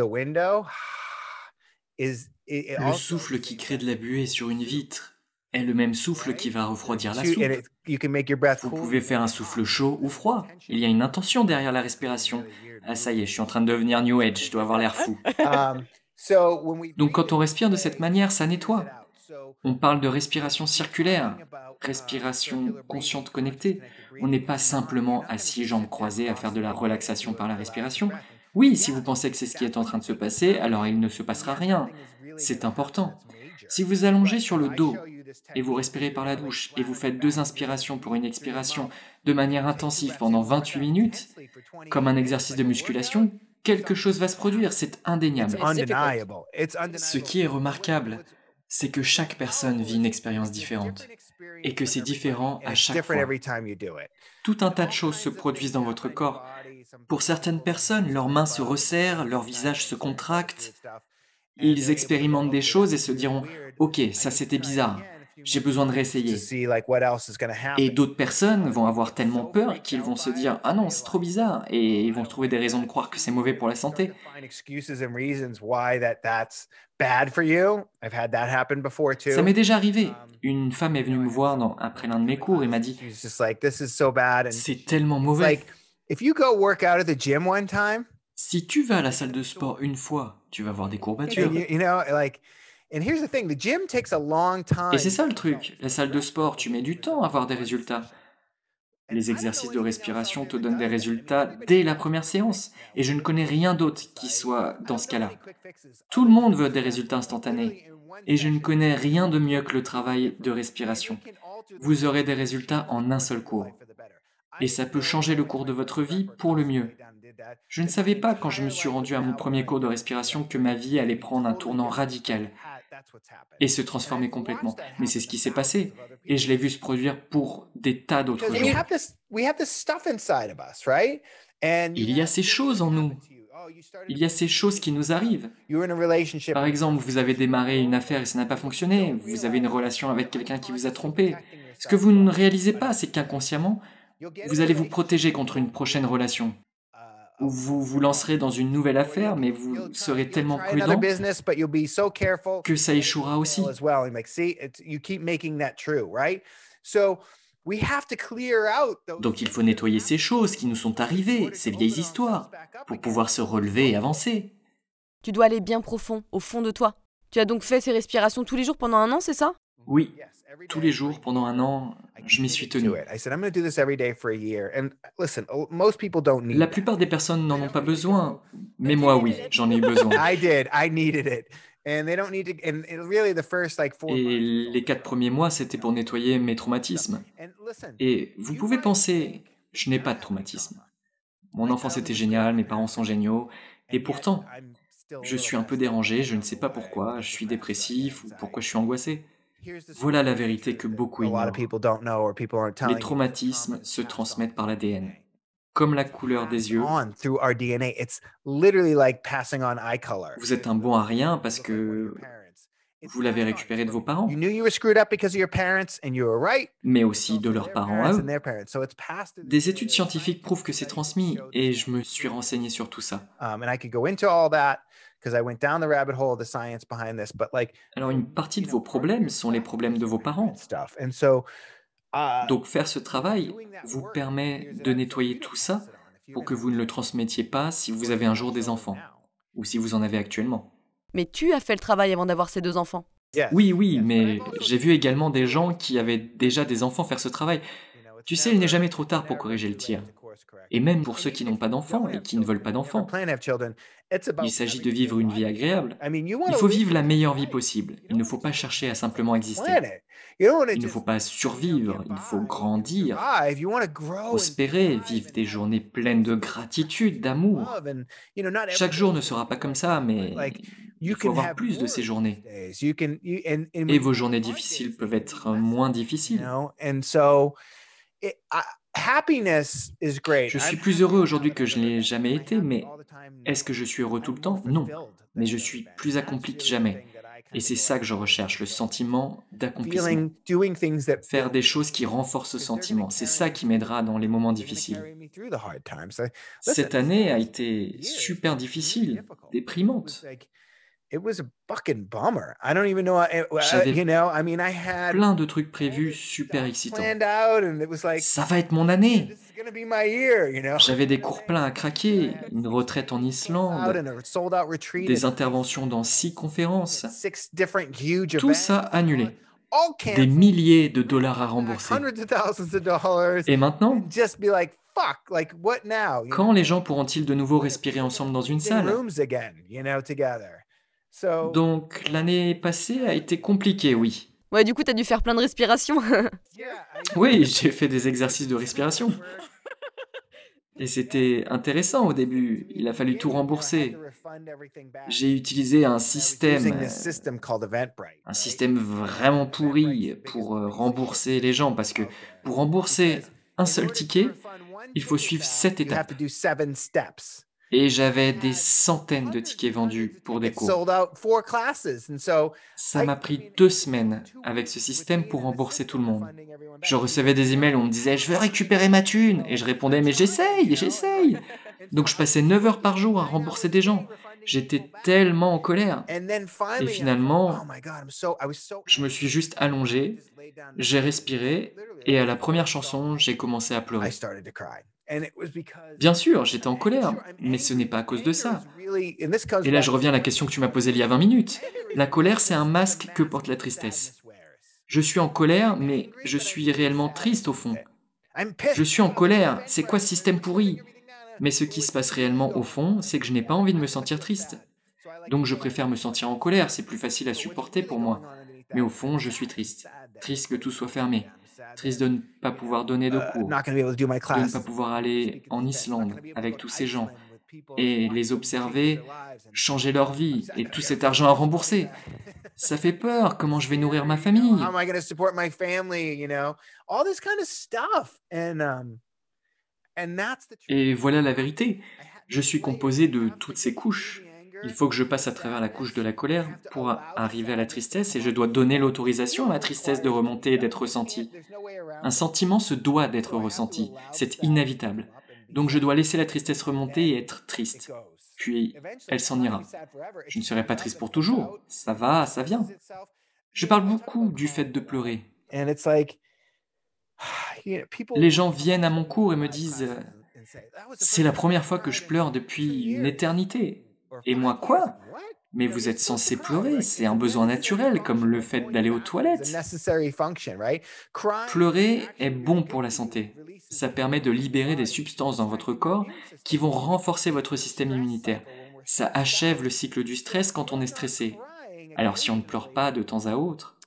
Le souffle qui crée de la buée sur une vitre est le même souffle qui va refroidir la soupe. Vous pouvez faire un souffle chaud ou froid. Il y a une intention derrière la respiration. Ah ça y est, je suis en train de devenir New Age, je dois avoir l'air fou. Donc quand on respire de cette manière, ça nettoie. On parle de respiration circulaire, respiration consciente connectée. On n'est pas simplement assis, jambes croisées, à faire de la relaxation par la respiration. Oui, si vous pensez que c'est ce qui est en train de se passer, alors il ne se passera rien. C'est important. Si vous allongez sur le dos et vous respirez par la bouche et vous faites deux inspirations pour une expiration de manière intensive pendant vingt-huit minutes, comme un exercice de musculation, quelque chose va se produire, c'est indéniable. Ce qui est remarquable, c'est que chaque personne vit une expérience différente et que c'est différent à chaque fois. Tout un tas de choses se produisent dans votre corps. Pour certaines personnes, leurs mains se resserrent, leur visage se contracte. Ils expérimentent des choses et se diront « Ok, ça c'était bizarre, j'ai besoin de réessayer ». Et d'autres personnes vont avoir tellement peur qu'ils vont se dire « Ah non, c'est trop bizarre » et ils vont trouver des raisons de croire que c'est mauvais pour la santé. Ça m'est déjà arrivé. Une femme est venue me voir dans, après l'un de mes cours et m'a dit « C'est tellement mauvais ». Si tu vas à la salle de sport une fois, tu vas voir des courbatures. Et c'est ça le truc, la salle de sport, tu mets du temps à avoir des résultats. Les exercices de respiration te donnent des résultats dès la première séance. Et je ne connais rien d'autre qui soit dans ce cas-là. Tout le monde veut des résultats instantanés. Et je ne connais rien de mieux que le travail de respiration. Vous aurez des résultats en un seul cours. Et ça peut changer le cours de votre vie pour le mieux. Je ne savais pas quand je me suis rendu à mon premier cours de respiration que ma vie allait prendre un tournant radical et se transformer complètement. Mais c'est ce qui s'est passé et je l'ai vu se produire pour des tas d'autres gens. Il y a ces choses en nous. Il y a ces choses qui nous arrivent. Par exemple, vous avez démarré une affaire et ça n'a pas fonctionné. Vous avez une relation avec quelqu'un qui vous a trompé. Ce que vous ne réalisez pas, c'est qu'inconsciemment, vous allez vous protéger contre une prochaine relation. Ou vous vous lancerez dans une nouvelle affaire, mais vous serez tellement prudent que ça échouera aussi. Donc il faut nettoyer ces choses qui nous sont arrivées, ces vieilles histoires, pour pouvoir se relever et avancer. Tu dois aller bien profond, au fond de toi. Tu as donc fait ces respirations tous les jours pendant un an, c'est ça? Oui, tous les jours pendant un an, je m'y suis tenu. La plupart des personnes n'en ont pas besoin, mais moi oui, j'en ai eu besoin. Et les quatre premiers mois, c'était pour nettoyer mes traumatismes. Et vous pouvez penser, je n'ai pas de traumatisme. Mon enfance était géniale, mes parents sont géniaux, et pourtant, je suis un peu dérangé, je ne sais pas pourquoi, je suis dépressif ou pourquoi je suis angoissé. Voilà la vérité que beaucoup ignorent. Les traumatismes se transmettent par l'A D N. Comme la couleur des yeux. Vous êtes un bon à rien parce que vous l'avez récupéré de vos parents, mais aussi de leurs parents à eux. Des études scientifiques prouvent que c'est transmis et je me suis renseigné sur tout ça. Alors une partie de vos problèmes sont les problèmes de vos parents. Donc faire ce travail vous permet de nettoyer tout ça pour que vous ne le transmettiez pas si vous avez un jour des enfants, ou si vous en avez actuellement. Mais tu as fait le travail avant d'avoir ces deux enfants. Oui, oui, mais j'ai vu également des gens qui avaient déjà des enfants faire ce travail. Tu sais, il n'est jamais trop tard pour corriger le tir. Et même pour ceux qui n'ont pas d'enfants et qui ne veulent pas d'enfants. Il s'agit de vivre une vie agréable. Il faut vivre la meilleure vie possible. Il ne faut pas chercher à simplement exister. Il ne faut pas survivre, il faut grandir, prospérer, vivre des journées pleines de gratitude, d'amour. Chaque jour ne sera pas comme ça, mais il faut avoir plus de ces journées. Et vos journées difficiles peuvent être moins difficiles. Je suis plus heureux aujourd'hui que je ne l'ai jamais été, mais est-ce que je suis heureux tout le temps? Non. Mais je suis plus accompli que jamais. Et c'est ça que je recherche, le sentiment d'accomplissement. Faire des choses qui renforcent ce sentiment, c'est ça qui m'aidera dans les moments difficiles. Cette année a été super difficile, déprimante. J'avais plein de trucs prévus super excitants. Ça va être mon année. J'avais des cours pleins à craquer, une retraite en Islande, des interventions dans six conférences. Tout ça annulé. Des milliers de dollars à rembourser. Et maintenant, quand les gens pourront-ils de nouveau respirer ensemble dans une salle? Donc, l'année passée a été compliquée, oui. Ouais, du coup, t'as dû faire plein de respirations. Oui, j'ai fait des exercices de respiration. Et c'était intéressant au début. Il a fallu tout rembourser. J'ai utilisé un système, un système vraiment pourri pour rembourser les gens, parce que pour rembourser un seul ticket, il faut suivre sept étapes. Et j'avais des centaines de tickets vendus pour des cours. Ça m'a pris deux semaines avec ce système pour rembourser tout le monde. Je recevais des emails où on me disait « Je veux récupérer ma thune !» Et je répondais « Mais j'essaye, j'essaye !» Donc je passais neuf heures par jour à rembourser des gens. J'étais tellement en colère. Et finalement, je me suis juste allongé, j'ai respiré, et à la première chanson, j'ai commencé à pleurer. Bien sûr, j'étais en colère, mais ce n'est pas à cause de ça. Et là, je reviens à la question que tu m'as posée il y a vingt minutes. La colère, c'est un masque que porte la tristesse. Je suis en colère, mais je suis réellement triste au fond. Je suis en colère, c'est quoi ce système pourri? Mais ce qui se passe réellement au fond, c'est que je n'ai pas envie de me sentir triste. Donc je préfère me sentir en colère, c'est plus facile à supporter pour moi. Mais au fond, je suis triste. Triste que tout soit fermé. Triste de ne pas pouvoir donner de cours, de ne pas pouvoir aller en Islande avec tous ces gens et les observer changer leur vie et tout cet argent à rembourser. Ça fait peur, comment je vais nourrir ma famille? Et voilà la vérité. Je suis composé de toutes ces couches. Il faut que je passe à travers la couche de la colère pour arriver à la tristesse et je dois donner l'autorisation à la tristesse de remonter et d'être ressentie. Un sentiment se doit d'être ressenti, c'est inévitable. Donc je dois laisser la tristesse remonter et être triste. Puis elle s'en ira. Je ne serai pas triste pour toujours, ça va, ça vient. Je parle beaucoup du fait de pleurer. Les gens viennent à mon cours et me disent « C'est la première fois que je pleure depuis une éternité. » Et moi, quoi? Mais vous êtes censé pleurer, c'est un besoin naturel, comme le fait d'aller aux toilettes. Pleurer est bon pour la santé. Ça permet de libérer des substances dans votre corps qui vont renforcer votre système immunitaire. Ça achève le cycle du stress quand on est stressé. Alors si on ne pleure pas de temps à autre...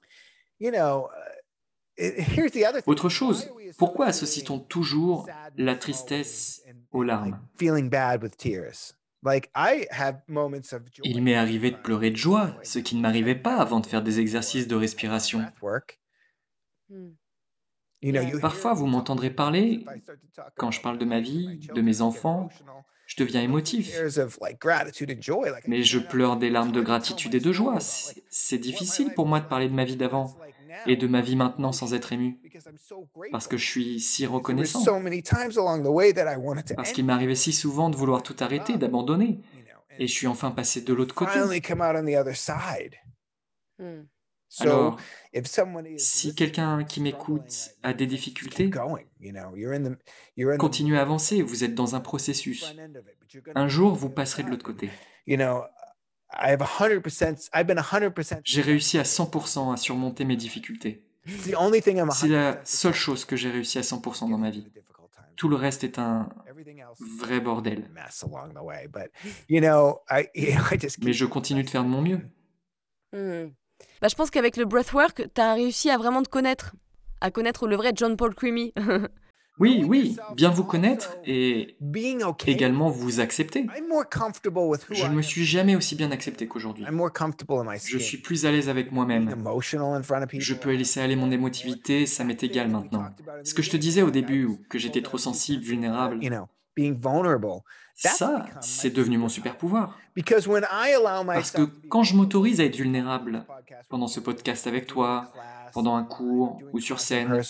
Autre chose, pourquoi associe-t-on toujours la tristesse aux larmes? Il m'est arrivé de pleurer de joie, ce qui ne m'arrivait pas avant de faire des exercices de respiration. Parfois, vous m'entendrez parler, quand je parle de ma vie, de mes enfants, je deviens émotif. Mais je pleure des larmes de gratitude et de joie. C'est difficile pour moi de parler de ma vie d'avant et de ma vie maintenant sans être ému. Parce que je suis si reconnaissant. Parce qu'il m'arrivait si souvent de vouloir tout arrêter, d'abandonner. Et je suis enfin passé de l'autre côté. Alors, si quelqu'un qui m'écoute a des difficultés, continuez à avancer, vous êtes dans un processus. Un jour, vous passerez de l'autre côté. J'ai réussi à cent pour cent à surmonter mes difficultés. C'est la seule chose que j'ai réussi à cent pour cent dans ma vie. Tout le reste est un vrai bordel. Mais je continue de faire de mon mieux. Hmm. Bah, je pense qu'avec le breathwork, tu as réussi à vraiment te connaître, à connaître le vrai John Paul Creamy. Oui, oui, bien vous connaître et également vous accepter. Je ne me suis jamais aussi bien accepté qu'aujourd'hui. Je suis plus à l'aise avec moi-même. Je peux laisser aller mon émotivité, ça m'est égal maintenant. Ce que je te disais au début, que j'étais trop sensible, vulnérable, ça, c'est devenu mon super pouvoir. Parce que quand je m'autorise à être vulnérable, pendant ce podcast avec toi, pendant un cours ou sur scène,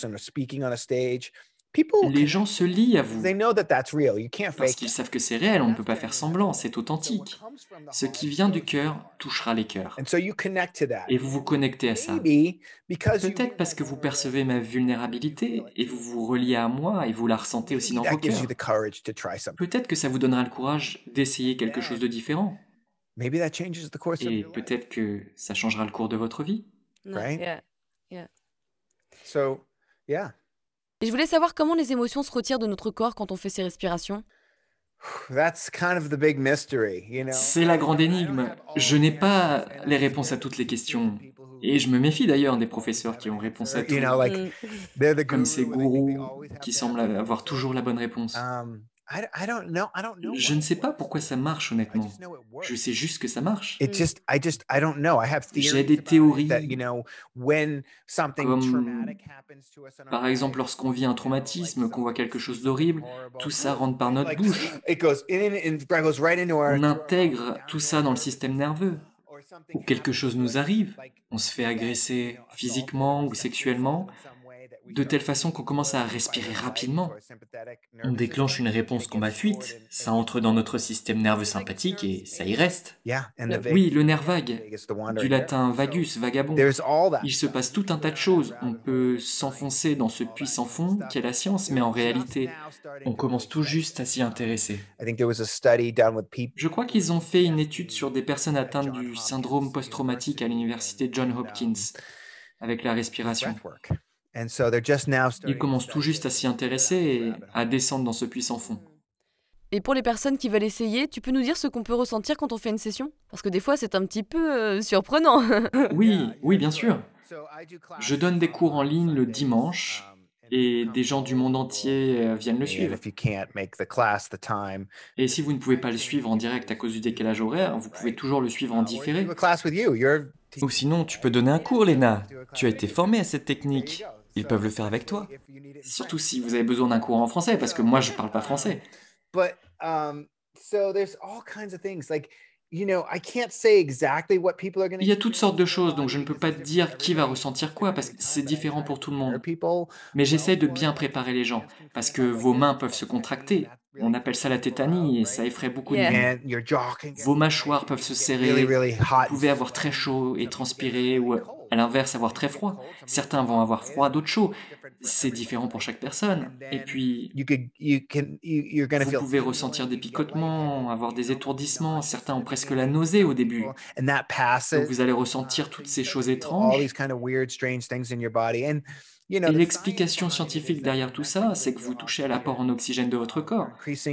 les gens se lient à vous parce qu'ils savent que c'est réel, on ne peut pas faire semblant, c'est authentique. Ce qui vient du cœur touchera les cœurs. Et vous vous connectez à ça. Peut-être parce que vous percevez ma vulnérabilité et vous vous reliez à moi et vous la ressentez aussi dans vos cœurs. Peut-être que ça vous donnera le courage d'essayer quelque chose de différent. Et peut-être que ça changera le cours de votre vie. Yeah. Yeah. So, yeah. Et je voulais savoir comment les émotions se retirent de notre corps quand on fait ces respirations. C'est la grande énigme. Je n'ai pas les réponses à toutes les questions. Et je me méfie d'ailleurs des professeurs qui ont réponse à tout. Comme ces gourous qui semblent avoir toujours la bonne réponse. Je ne sais pas pourquoi ça marche honnêtement. Je sais juste que ça marche. J'ai des théories comme par exemple lorsqu'on vit un traumatisme, qu'on voit quelque chose d'horrible, tout ça rentre par notre bouche. On intègre tout ça dans le système nerveux. Ou quelque chose nous arrive, on se fait agresser physiquement ou sexuellement, de telle façon qu'on commence à respirer rapidement. On déclenche une réponse combat-fuite, ça entre dans notre système nerveux sympathique et ça y reste. Oui, le nerf vague, du latin vagus, vagabond. Il se passe tout un tas de choses. On peut s'enfoncer dans ce puits sans fond qu'est la science, mais en réalité, on commence tout juste à s'y intéresser. Je crois qu'ils ont fait une étude sur des personnes atteintes du syndrome post-traumatique à l'université Johns Hopkins, avec la respiration. Ils commencent tout juste à s'y intéresser et à descendre dans ce puits sans fond. Et pour les personnes qui veulent essayer, tu peux nous dire ce qu'on peut ressentir quand on fait une session? Parce que des fois, c'est un petit peu euh, surprenant. Oui, oui, bien sûr. Je donne des cours en ligne le dimanche et des gens du monde entier viennent le suivre. Et si vous ne pouvez pas le suivre en direct à cause du décalage horaire, vous pouvez toujours le suivre en différé. Ou sinon, tu peux donner un cours, Léna. Tu as été formée à cette technique. Ils peuvent le faire avec toi. Surtout si vous avez besoin d'un cours en français, parce que moi, je ne parle pas français. Il y a toutes sortes de choses, donc je ne peux pas te dire qui va ressentir quoi, parce que c'est différent pour tout le monde. Mais j'essaie de bien préparer les gens, parce que vos mains peuvent se contracter. On appelle ça la tétanie, et ça effraie beaucoup de monde. Vos mâchoires peuvent se serrer, vous pouvez avoir très chaud et transpirer, ou à l'inverse avoir très froid. Certains vont avoir froid, d'autres chaud. C'est différent pour chaque personne. Et puis, vous pouvez ressentir des picotements, avoir des étourdissements. Certains ont presque la nausée au début. Donc vous allez ressentir toutes ces choses étranges. Et l'explication scientifique derrière tout ça, c'est que vous touchez à l'apport en oxygène de votre corps.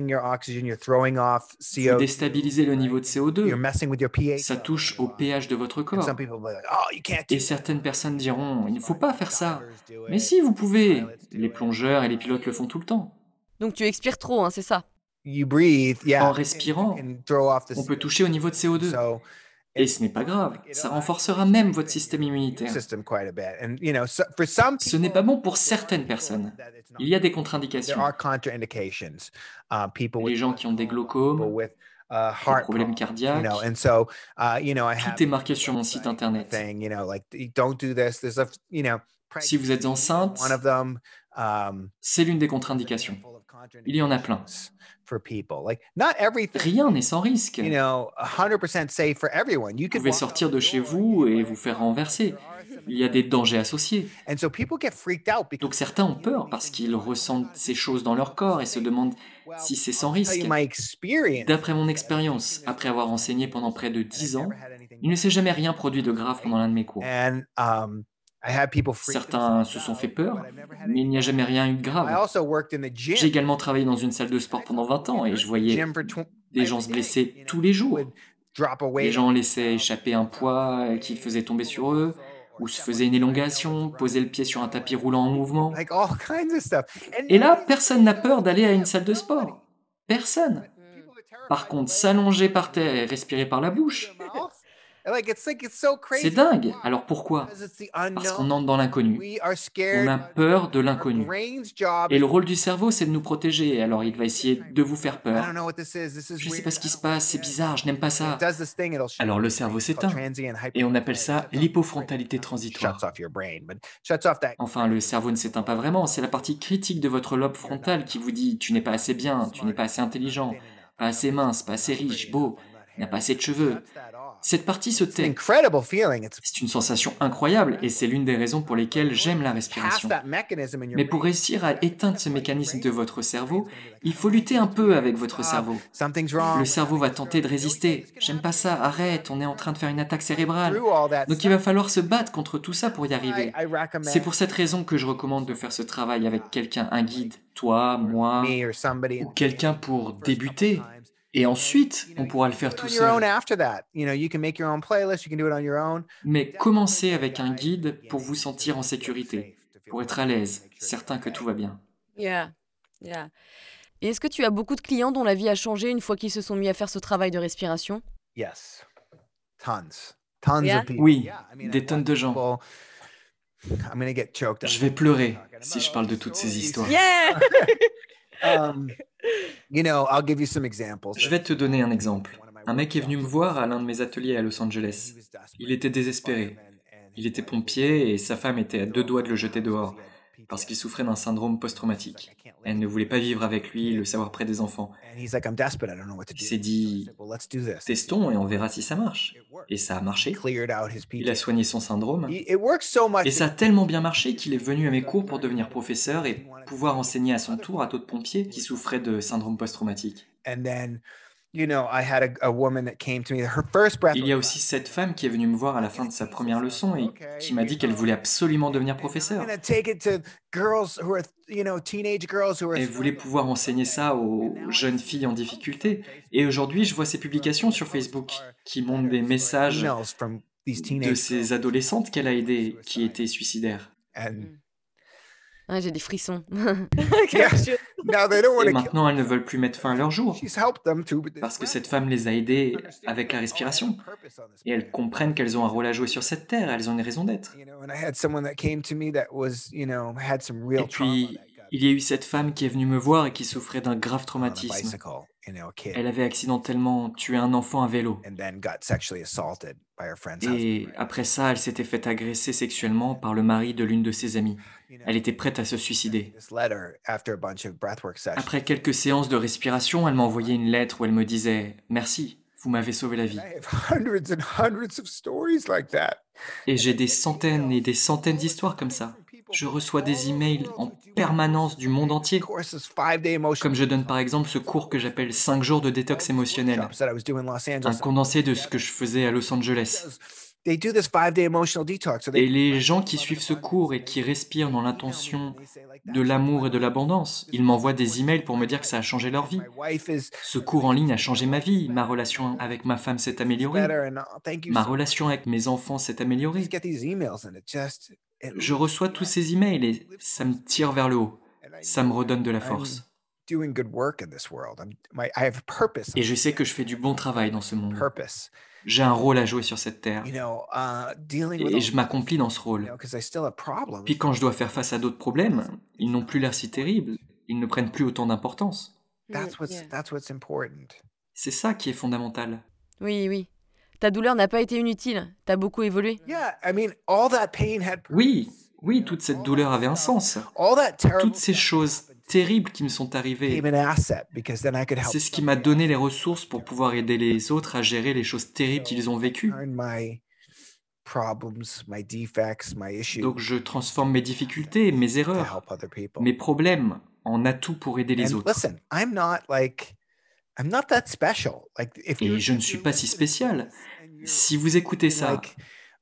Vous déstabilisez le niveau de C O deux. Ça touche au pH de votre corps. Et certaines personnes diront, il ne faut pas faire ça. Mais si, vous pouvez. Les plongeurs et les pilotes le font tout le temps. Donc tu expires trop, hein, c'est ça? En respirant, on peut toucher au niveau de C O deux. Et ce n'est pas grave, ça renforcera même votre système immunitaire. Ce n'est pas bon pour certaines personnes. Il y a des contre-indications. Les gens qui ont des glaucomes, des problèmes cardiaques, tout est marqué sur mon site internet. Si vous êtes enceinte, c'est l'une des contre-indications. Il y en a plein. Rien n'est sans risque. Vous pouvez sortir de chez vous et vous faire renverser. Il y a des dangers associés. Donc certains ont peur parce qu'ils ressentent ces choses dans leur corps et se demandent si c'est sans risque. D'après mon expérience, après avoir enseigné pendant près de dix ans, il ne s'est jamais rien produit de grave pendant l'un de mes cours. Certains se sont fait peur, mais il n'y a jamais rien eu de grave. J'ai également travaillé dans une salle de sport pendant vingt ans et je voyais des gens se blesser tous les jours. Les gens laissaient échapper un poids qu'ils faisaient tomber sur eux, ou se faisaient une élongation, posaient le pied sur un tapis roulant en mouvement. Et là, personne n'a peur d'aller à une salle de sport. Personne. Par contre, s'allonger par terre et respirer par la bouche, c'est dingue. Alors pourquoi ? Parce qu'on entre dans l'inconnu. On a peur de l'inconnu. Et le rôle du cerveau, c'est de nous protéger. Alors il va essayer de vous faire peur. Je ne sais pas ce qui se passe, c'est bizarre, je n'aime pas ça. Alors le cerveau s'éteint. Et on appelle ça l'hypofrontalité transitoire. Enfin, le cerveau ne s'éteint pas vraiment. C'est la partie critique de votre lobe frontal qui vous dit « tu n'es pas assez bien, tu n'es pas assez intelligent, pas assez mince, pas assez riche, beau, tu n'as pas assez de cheveux ». Cette partie se tait. C'est une sensation incroyable et c'est l'une des raisons pour lesquelles j'aime la respiration. Mais pour réussir à éteindre ce mécanisme de votre cerveau, il faut lutter un peu avec votre cerveau. Le cerveau va tenter de résister. J'aime pas ça, arrête, on est en train de faire une attaque cérébrale. Donc il va falloir se battre contre tout ça pour y arriver. C'est pour cette raison que je recommande de faire ce travail avec quelqu'un, un guide, toi, moi, ou quelqu'un pour débuter. Et ensuite, on pourra le faire tout seul. Mais commencez avec un guide pour vous sentir en sécurité, pour être à l'aise, certain que tout va bien. Yeah, yeah. Et est-ce que tu as beaucoup de clients dont la vie a changé une fois qu'ils se sont mis à faire ce travail de respiration ? Yes, tons, tons Yeah. of people. Oui, des tonnes de gens. I'm gonna get choked up. Je vais pleurer si je parle de toutes ces histoires. Yeah. Um, you know, I'll give you some examples. Je vais te donner un exemple. Un mec est venu me voir à l'un de mes ateliers à Los Angeles. Il était désespéré. Il était pompier et sa femme était à deux doigts de le jeter dehors parce qu'il souffrait d'un syndrome post-traumatique. Elle ne voulait pas vivre avec lui, le savoir près des enfants. Il s'est dit, testons et on verra si ça marche. Et ça a marché. Il a soigné son syndrome. Et ça a tellement bien marché qu'il est venu à mes cours pour devenir professeur et pouvoir enseigner à son tour à d'autres pompiers qui souffraient de syndrome post-traumatique. Il y a aussi cette femme qui est venue me voir à la fin de sa première leçon et qui m'a dit qu'elle voulait absolument devenir professeure. Elle voulait pouvoir enseigner ça aux jeunes filles en difficulté. Et aujourd'hui, je vois ses publications sur Facebook qui montrent des messages de ces adolescentes qu'elle a aidées qui étaient suicidaires. Ah, j'ai des frissons. Et maintenant, elles ne veulent plus mettre fin à leur jour. Parce que cette femme les a aidées avec la respiration. Et elles comprennent qu'elles ont un rôle à jouer sur cette terre. Elles ont une raison d'être. Et puis, il y a eu cette femme qui est venue me voir et qui souffrait d'un grave traumatisme. Elle avait accidentellement tué un enfant à vélo. Et après ça, elle s'était fait agresser sexuellement par le mari de l'une de ses amies. Elle était prête à se suicider. Après quelques séances de respiration, elle m'a envoyé une lettre où elle me disait « Merci, vous m'avez sauvé la vie ». Et j'ai des centaines et des centaines d'histoires comme ça. Je reçois des emails en permanence du monde entier. Comme je donne par exemple ce cours que j'appelle cinq jours de détox émotionnel. Un condensé de ce que je faisais à Los Angeles. Et les gens qui suivent ce cours et qui respirent dans l'intention de l'amour et de l'abondance, ils m'envoient des emails pour me dire que ça a changé leur vie. Ce cours en ligne a changé ma vie, ma relation avec ma femme s'est améliorée, ma relation avec mes enfants s'est améliorée. Je reçois tous ces emails et ça me tire vers le haut, ça me redonne de la force. Et je sais que je fais du bon travail dans ce monde. J'ai un rôle à jouer sur cette terre. Et je m'accomplis dans ce rôle. Puis quand je dois faire face à d'autres problèmes, ils n'ont plus l'air si terribles. Ils ne prennent plus autant d'importance. C'est ça qui est fondamental. Oui, oui. Ta douleur n'a pas été inutile. T'as beaucoup évolué. Oui, oui, toute cette douleur avait un sens. Toutes ces choses terribles qui me sont arrivées. C'est ce qui m'a donné les ressources pour pouvoir aider les autres à gérer les choses terribles qu'ils ont vécues. Donc je transforme mes difficultés, mes erreurs, mes problèmes en atouts pour aider les autres. Et je ne suis pas si spécial. Si vous écoutez ça,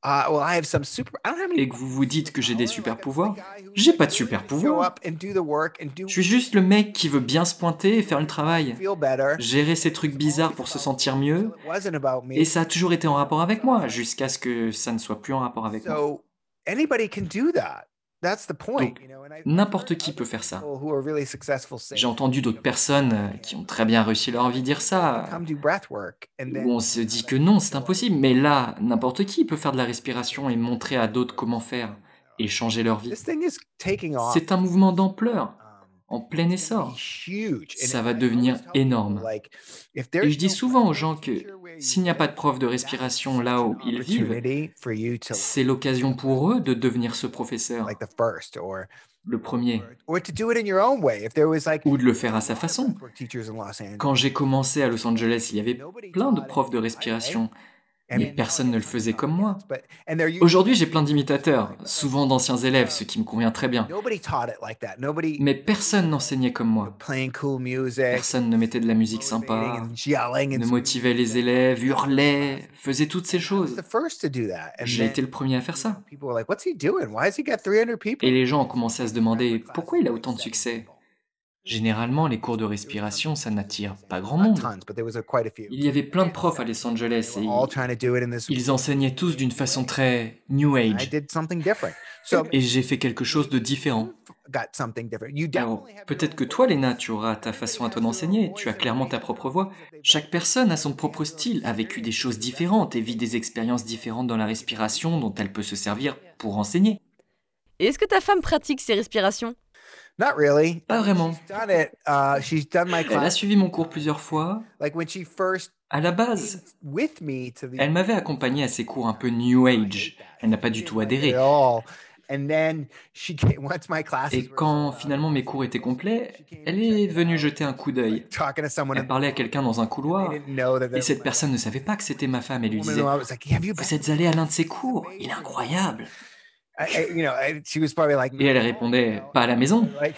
Uh, well, I have some super. I don't have any. Et que vous vous dites que j'ai des super pouvoirs. J'ai pas de super Show pouvoirs. up and do the work and do. Je suis juste le mec qui veut bien se pointer et faire le travail. Feel better. Gérer ces trucs bizarres pour se sentir mieux. It wasn't about me. Et ça a toujours été en rapport avec moi, jusqu'à ce que ça ne soit plus en rapport avec moi. So anybody can do that. That's the point. Donc, you know, and I- n'importe qui peut faire ça. people who are really successful say, J'ai entendu d'autres personnes euh, qui ont très bien réussi leur vie dire ça, come do breath work, and then où on se dit que non, c'est impossible. Mais là, n'importe qui peut faire de la respiration et montrer à d'autres comment faire et changer leur vie. this thing is taking off. C'est un mouvement d'ampleur, Um, en plein it's gonna be essor. huge. And Ça I va always devenir tell people, énorme. like, if Et there's je dis no souvent aux breathwork gens que teacher where you s'il n'y a pas de live, prof de that's respiration such là an où ils vivent, opportunity for you to c'est l'occasion pour eux de devenir ce professeur, like the first or le premier, or to do it in your own way. If there was like ou de le faire à sa façon. breathwork teachers in Los Angeles, Quand j'ai commencé à Los Angeles, il y avait plein de profs de respiration, I mais mean, personne ne le faisait comme moi. but and they're Aujourd'hui, j'ai plein d'imitateurs, souvent d'anciens élèves, ce qui me convient très bien. nobody taught it like that. Nobody Mais personne n'enseignait comme moi. playing cool music, Personne ne mettait de la musique motivating sympa, and yelling and ne motivait les élèves, hurlait, faisait toutes ces I was choses. the first to do that. And J'ai then été le premier à faire ça. people were like, "What's he doing? Why has he got three hundred people?" Et les gens ont commencé à se demander pourquoi il a autant de succès. Généralement, les cours de respiration, ça n'attire pas grand Not monde. tons, but there was a, quite a few. Il y avait plein de profs à Los Angeles et They were all trying to do it in this. ils enseignaient tous d'une façon très New I Age. did something different. So Et j'ai fait quelque chose de différent. got something different. You Alors, definitely have peut-être que toi, Léna, tu auras ta façon à toi d'enseigner, tu as clairement ta propre voix. Chaque personne a son propre style, a vécu des choses différentes et vit des expériences différentes dans la respiration dont elle peut se servir pour enseigner. Et est-ce que ta femme pratique ses respirations? Not really. Pas vraiment. She's done it. Uh, she's done my Elle a class. suivi mon cours plusieurs fois. Like when she first À la base, with me to the elle m'avait accompagné à ces cours un peu New Age. Elle n'a pas du tout adhéré. at all. And then she came once my classes Et were quand sold out, finalement mes cours étaient complets, elle est venue jeter un coup d'œil. talking to someone Elle and parlait à quelqu'un dans un couloir. they didn't know that Et there cette was personne ne savait pas que c'était ma femme et lui a woman disait who I was like, have you « been? Vous êtes allé à l'un de ses cours, il est incroyable !» I, I- you know, I- she was probably like, Et elle répondait « Pas à la maison !» like,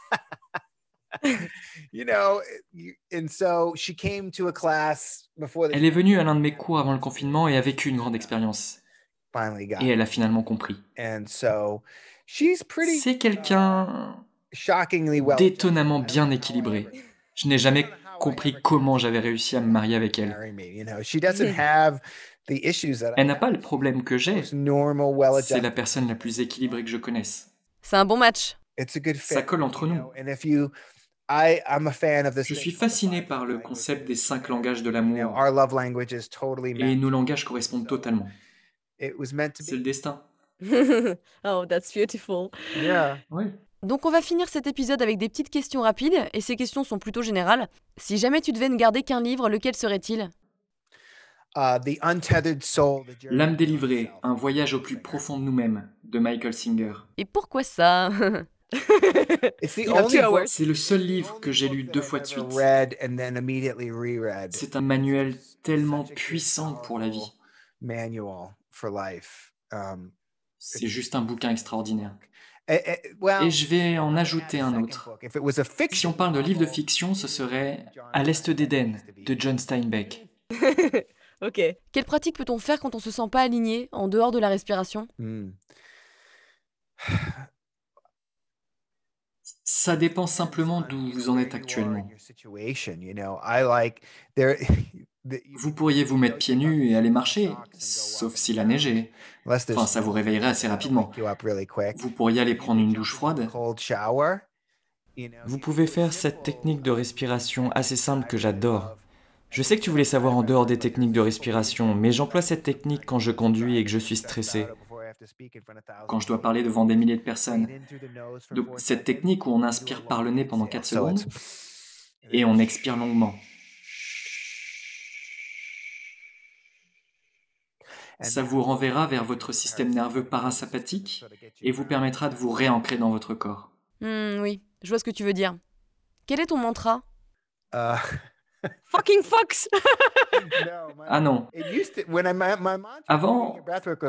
you know, you- and so she came to a class before the Elle est venue à l'un de mes cours avant le confinement et a vécu une grande expérience. finally got. Et elle a finalement compris. And so she's pretty C'est quelqu'un shockingly well. d'étonnamment bien équilibré. Je n'ai jamais compris comment j'avais réussi à me marier avec elle. Marry me, you know, she doesn't have the issues that I Elle n'a pas le problème que j'ai. Most normal, well C'est adjusted. la personne la plus équilibrée que je connaisse. C'est un bon match. It's a good fit. Ça colle entre you nous. know, And if you, I, I'm a fan of this. Je thing suis called the fasciné five par le languages. concept des cinq langages de You know, l'amour. our love language is totally Et matched. nos langages correspondent totalement. It was meant to C'est le be. destin. Oh, that's beautiful. Yeah. Oui. Donc on va finir cet épisode avec des petites questions rapides, et ces questions sont plutôt générales. Si jamais tu devais ne garder qu'un livre, lequel serait-il? Uh, the Untethered Soul. the Journey L'âme of délivrée, Yourself. un voyage au plus profond de nous-mêmes, de Michael Singer. Et pourquoi ça? It's the You have only two book hours. C'est le seul livre que j'ai lu that deux I've fois de ever suite. read and then immediately reread. C'est un manuel tellement puissant pour la vie. Manual for life. Um, C'est juste un bouquin extraordinaire. eh, eh, well, Et je vais en ajouter un second autre. book. If it was a Si fiction on parle de livre de fiction, ce serait À l'Est d'Éden, de John Steinbeck. Ok. Quelle pratique peut-on faire quand on se sent pas aligné, en dehors de la respiration? Hmm. Ça dépend simplement d'où vous en êtes actuellement. Vous pourriez vous mettre pieds nus et aller marcher, sauf s'il a neigé. Enfin, ça vous réveillerait assez rapidement. Vous pourriez aller prendre une douche froide. Vous pouvez faire cette technique de respiration assez simple que j'adore. Je sais que tu voulais savoir en dehors des techniques de respiration, mais j'emploie cette technique quand je conduis et que je suis stressé, quand je dois parler devant des milliers de personnes. Donc, cette technique où on inspire par le nez pendant quatre secondes et on expire longuement. Ça vous renverra vers votre système nerveux parasympathique et vous permettra de vous réancrer dans votre corps. Hmm, oui, je vois ce que tu veux dire. Quel est ton mantra? Uh, Fucking Fox! Ah non. Avant,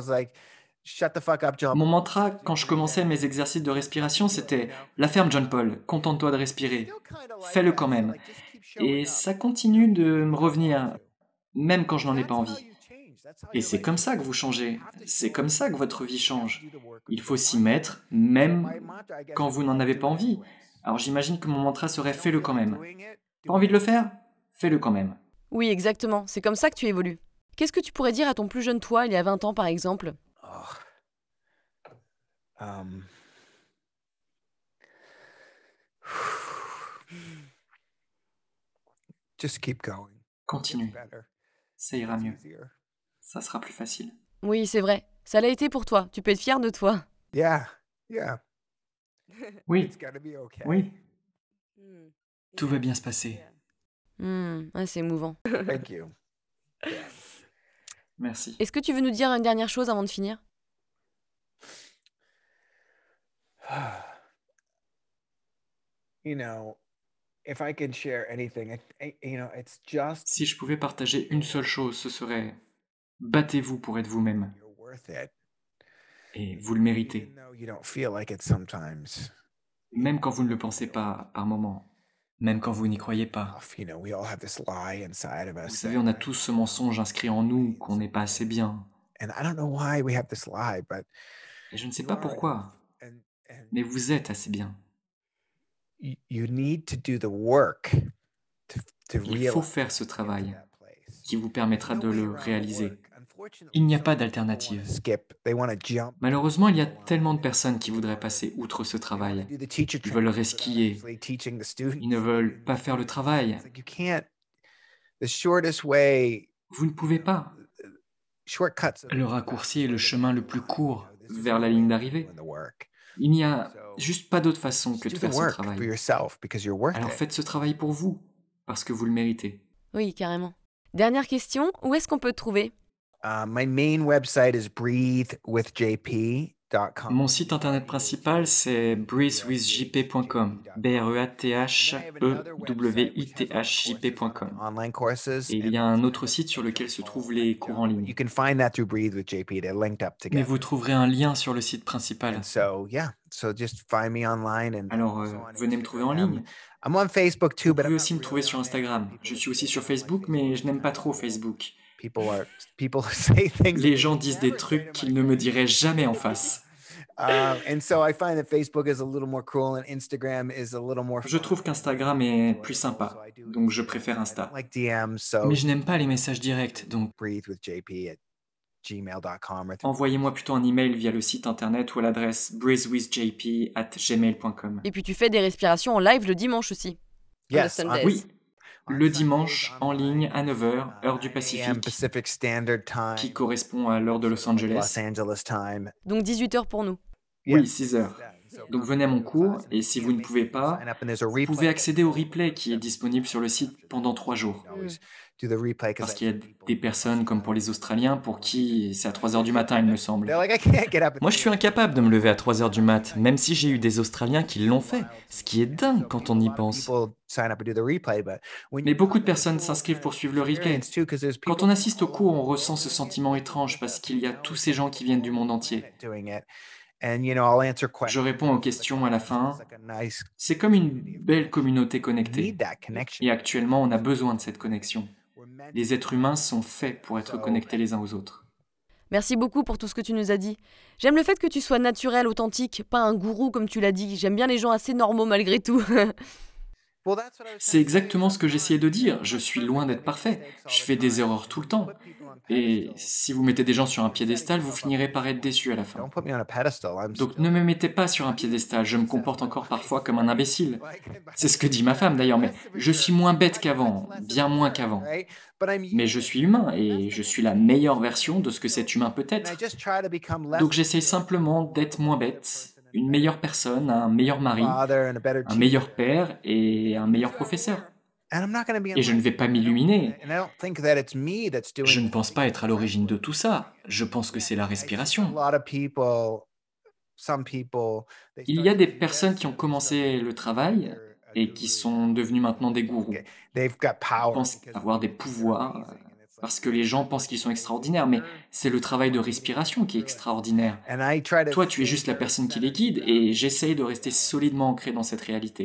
mon mantra, quand je commençais mes exercices de respiration, c'était « La ferme, John Paul, contente-toi de respirer. Fais-le quand même. » Et ça continue de me revenir, même quand je n'en ai pas envie. Et c'est comme ça que vous changez. C'est comme ça que votre vie change. Il faut s'y mettre, même quand vous n'en avez pas envie. Alors j'imagine que mon mantra serait « fais-le quand même ». Pas envie de le faire? Fais-le quand même. Oui, exactement. C'est comme ça que tu évolues. Qu'est-ce que tu pourrais dire à ton plus jeune toi, il y a vingt ans par exemple? Oh. Um. Just keep going. Continue. Ça ira mieux. Ça sera plus facile. Oui, c'est vrai. Ça l'a été pour toi. Tu peux être fier de toi. Yeah, yeah. Oui, It's gotta be okay. oui. Tout va bien se passer. Hmm, ouais, c'est émouvant. Thank you. Merci. Est-ce que tu veux nous dire une dernière chose avant de finir? You know, if I can share anything, I, I, you know, it's just Si je pouvais partager une seule chose, ce serait battez-vous pour être vous-même. you're worth it. Et vous le méritez. Even though you don't feel like it sometimes. Même quand vous ne le pensez pas par moments. Même quand vous n'y croyez pas. You know, we all have this lie inside of us. Vous savez, on a tous ce mensonge inscrit en nous qu'on n'est pas assez bien. And I don't know why we have this lie, but Et je ne sais pas pourquoi, mais vous êtes assez bien. you, you need to do the work to, to Il faut realize faire ce travail that place. qui vous permettra de No way le around the réaliser. work. Unfortunately, Il n'y a pas some people d'alternative. wanna skip, they want to jump. Malheureusement, il y a tellement de personnes qui voudraient passer outre ce travail. Do the teacher Ils veulent training resquiller. without actually teaching the students. Ils ne veulent pas faire le travail. It's like you can't. The shortest way, Vous ne pouvez pas. shortcuts. Le raccourci est le chemin le plus court vers la ligne d'arrivée. Il n'y a juste pas d'autre façon que de Do the faire ce work for travail. yourself because you're worth Alors it. faites ce travail pour vous, parce que vous le méritez. Oui, carrément. Dernière question, où est-ce qu'on peut te trouver? Uh, my main website is breathe with j p dot com. Mon site internet principal, c'est breathe with j p point com. B R E A T H E W I T H J P point com. Online courses. Et il y a un autre site sur lequel se trouvent les cours en You ligne. can find that through Breathe with J P. They're linked up Mais together. vous trouverez un lien sur le site principal. And so, yeah. So just find me online and Alors, euh, venez me trouver en ligne. I'm on Facebook too, Vous but pouvez I'm aussi not me trouver really sur on Instagram. there. Je suis aussi sur Facebook, mais je n'aime pas trop Facebook. People are people say things. Les gens disent des trucs qu'ils ne me diraient jamais en face. Um, and so I find that Facebook is a little more cruel and Instagram is a little more. Je trouve qu'Instagram est plus sympa, donc je préfère Insta. Like D M, so Mais je n'aime pas les messages directs, donc breathe with J P at gmail dot com or envoyez-moi plutôt un email via le site internet ou à l'adresse breathe with j p at gmail point com. Et puis tu fais des respirations en live le dimanche aussi. yes, On the on- Sundays. Oui, le dimanche en ligne à neuf heures, heure du nine a m Pacifique, Pacific Standard Time, qui correspond à l'heure de Los Angeles. Los Angeles time. Donc dix-huit heures pour nous. Oui, Yes. six heures. Donc venez à mon cours, et si vous ne pouvez pas, Sign up and there's a vous replay. pouvez accéder au replay qui est disponible sur le site pendant trois jours. Always do the replay 'cause Parce I- qu'il y a des personnes, comme pour les Australiens, pour qui c'est à trois heures du matin, il me semble. they're like, I can't get up. Moi, je suis incapable de me lever à trois heures du mat, même si j'ai eu des Australiens qui l'ont fait. Ce qui est dingue quand on y pense. People sign up and do the replay, but when Mais you beaucoup de personnes s'inscrivent pour suivre le replay. experience too, 'cause there's Quand people on assiste au cours, on ressent ce sentiment étrange parce qu'il y a tous ces gens qui viennent du monde entier. doing it, and you know, I'll answer Je questions. réponds aux questions à la fin. It's like a nice C'est comme une belle communauté connectée. need that connection. Et actuellement, on a besoin de cette connexion. We're meant Les êtres humains sont faits pour être connectés les uns aux autres. Merci beaucoup pour tout ce que tu nous as dit. J'aime le fait que tu sois naturel, authentique, pas un gourou comme tu l'as dit. J'aime bien les gens assez normaux malgré tout. Well, that's what I was C'est saying. exactement ce que j'essayais de dire. Je suis loin d'être parfait. Je fais des erreurs tout le temps. Et si vous mettez des gens sur un piédestal, vous finirez par être déçus à la fin. Don't put me on a pedestal. I'm Donc still- ne me mettez pas sur un piédestal, je me comporte encore parfois comme un imbécile. C'est ce que dit ma femme d'ailleurs, mais je suis moins bête qu'avant, bien moins qu'avant. Right? But I'm Mais je suis humain et je suis la meilleure version de ce que cet humain peut and I être. just try to become less Donc j'essaye simplement d'être moins bête, une meilleure personne, un meilleur mari, father and a better un meilleur père et un meilleur professeur. And I'm not going to be Et je ne vais pas m'illuminer. And I don't think that it's me that's doing Je ne pense pas être à l'origine de tout ça. Je pense que c'est la A respiration. lot of people, some people, they Il start y a des to personnes invest qui ont in commencé themselves. le travail et qui sont devenus maintenant des gourous. They've got Ils power. pensent because avoir des they're pouvoirs amazing. euh, And it's like- parce que les gens pensent qu'ils sont extraordinaires, mais c'est le travail de respiration qui est extraordinaire. And I try to Toi, tu es juste la personne qui les guide et j'essaye de rester solidement ancré dans cette réalité.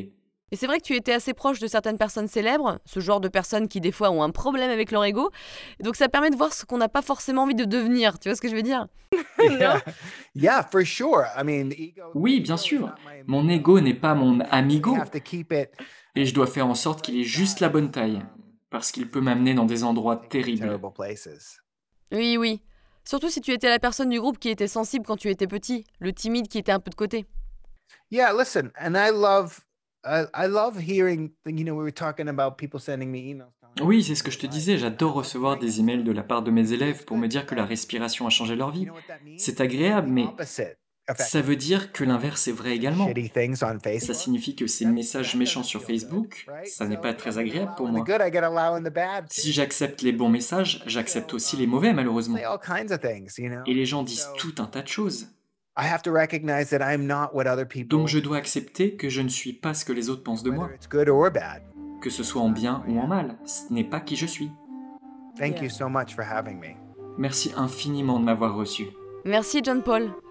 Et c'est vrai que tu étais assez proche de certaines personnes célèbres, ce genre de personnes qui des fois ont un problème avec leur ego. Donc ça permet de voir ce qu'on n'a pas forcément envie de devenir, tu vois ce que je veux dire? Yeah. Yeah, for sure. I mean, the ego- Oui, bien sûr. Mon ego n'est pas mon You amigo have to keep it et je dois faire en sorte qu'il ait juste la bonne taille, parce qu'il peut m'amener dans des endroits terribles. terrible places. Oui, oui. Surtout si tu étais la personne du groupe qui était sensible quand tu étais petit, le timide qui était un peu de côté. Yeah, listen, and I love I, I love hearing, you know, we were talking about people sending me emails. Oui, c'est ce que je te disais, j'adore recevoir des emails de la part de mes élèves pour me dire que la respiration a changé leur vie. C'est agréable, mais ça veut dire que l'inverse est vrai également. Shitty things on Ça Facebook. signifie que ces messages méchants sur Facebook, ça n'est pas très agréable pour moi. The good, I get allowing the bad. Si j'accepte les bons messages, j'accepte aussi les mauvais, malheureusement. Say all kinds of things, you know. Et les gens disent tout un tas de choses. I have to recognize that I'm not what other people. Donc je dois accepter que je ne suis pas ce que les autres pensent de moi. Whether it's good or bad. Que ce soit en bien ou en mal, ce n'est pas qui je suis. Thank you so much for having me. Merci infiniment de m'avoir reçu. Merci John Paul.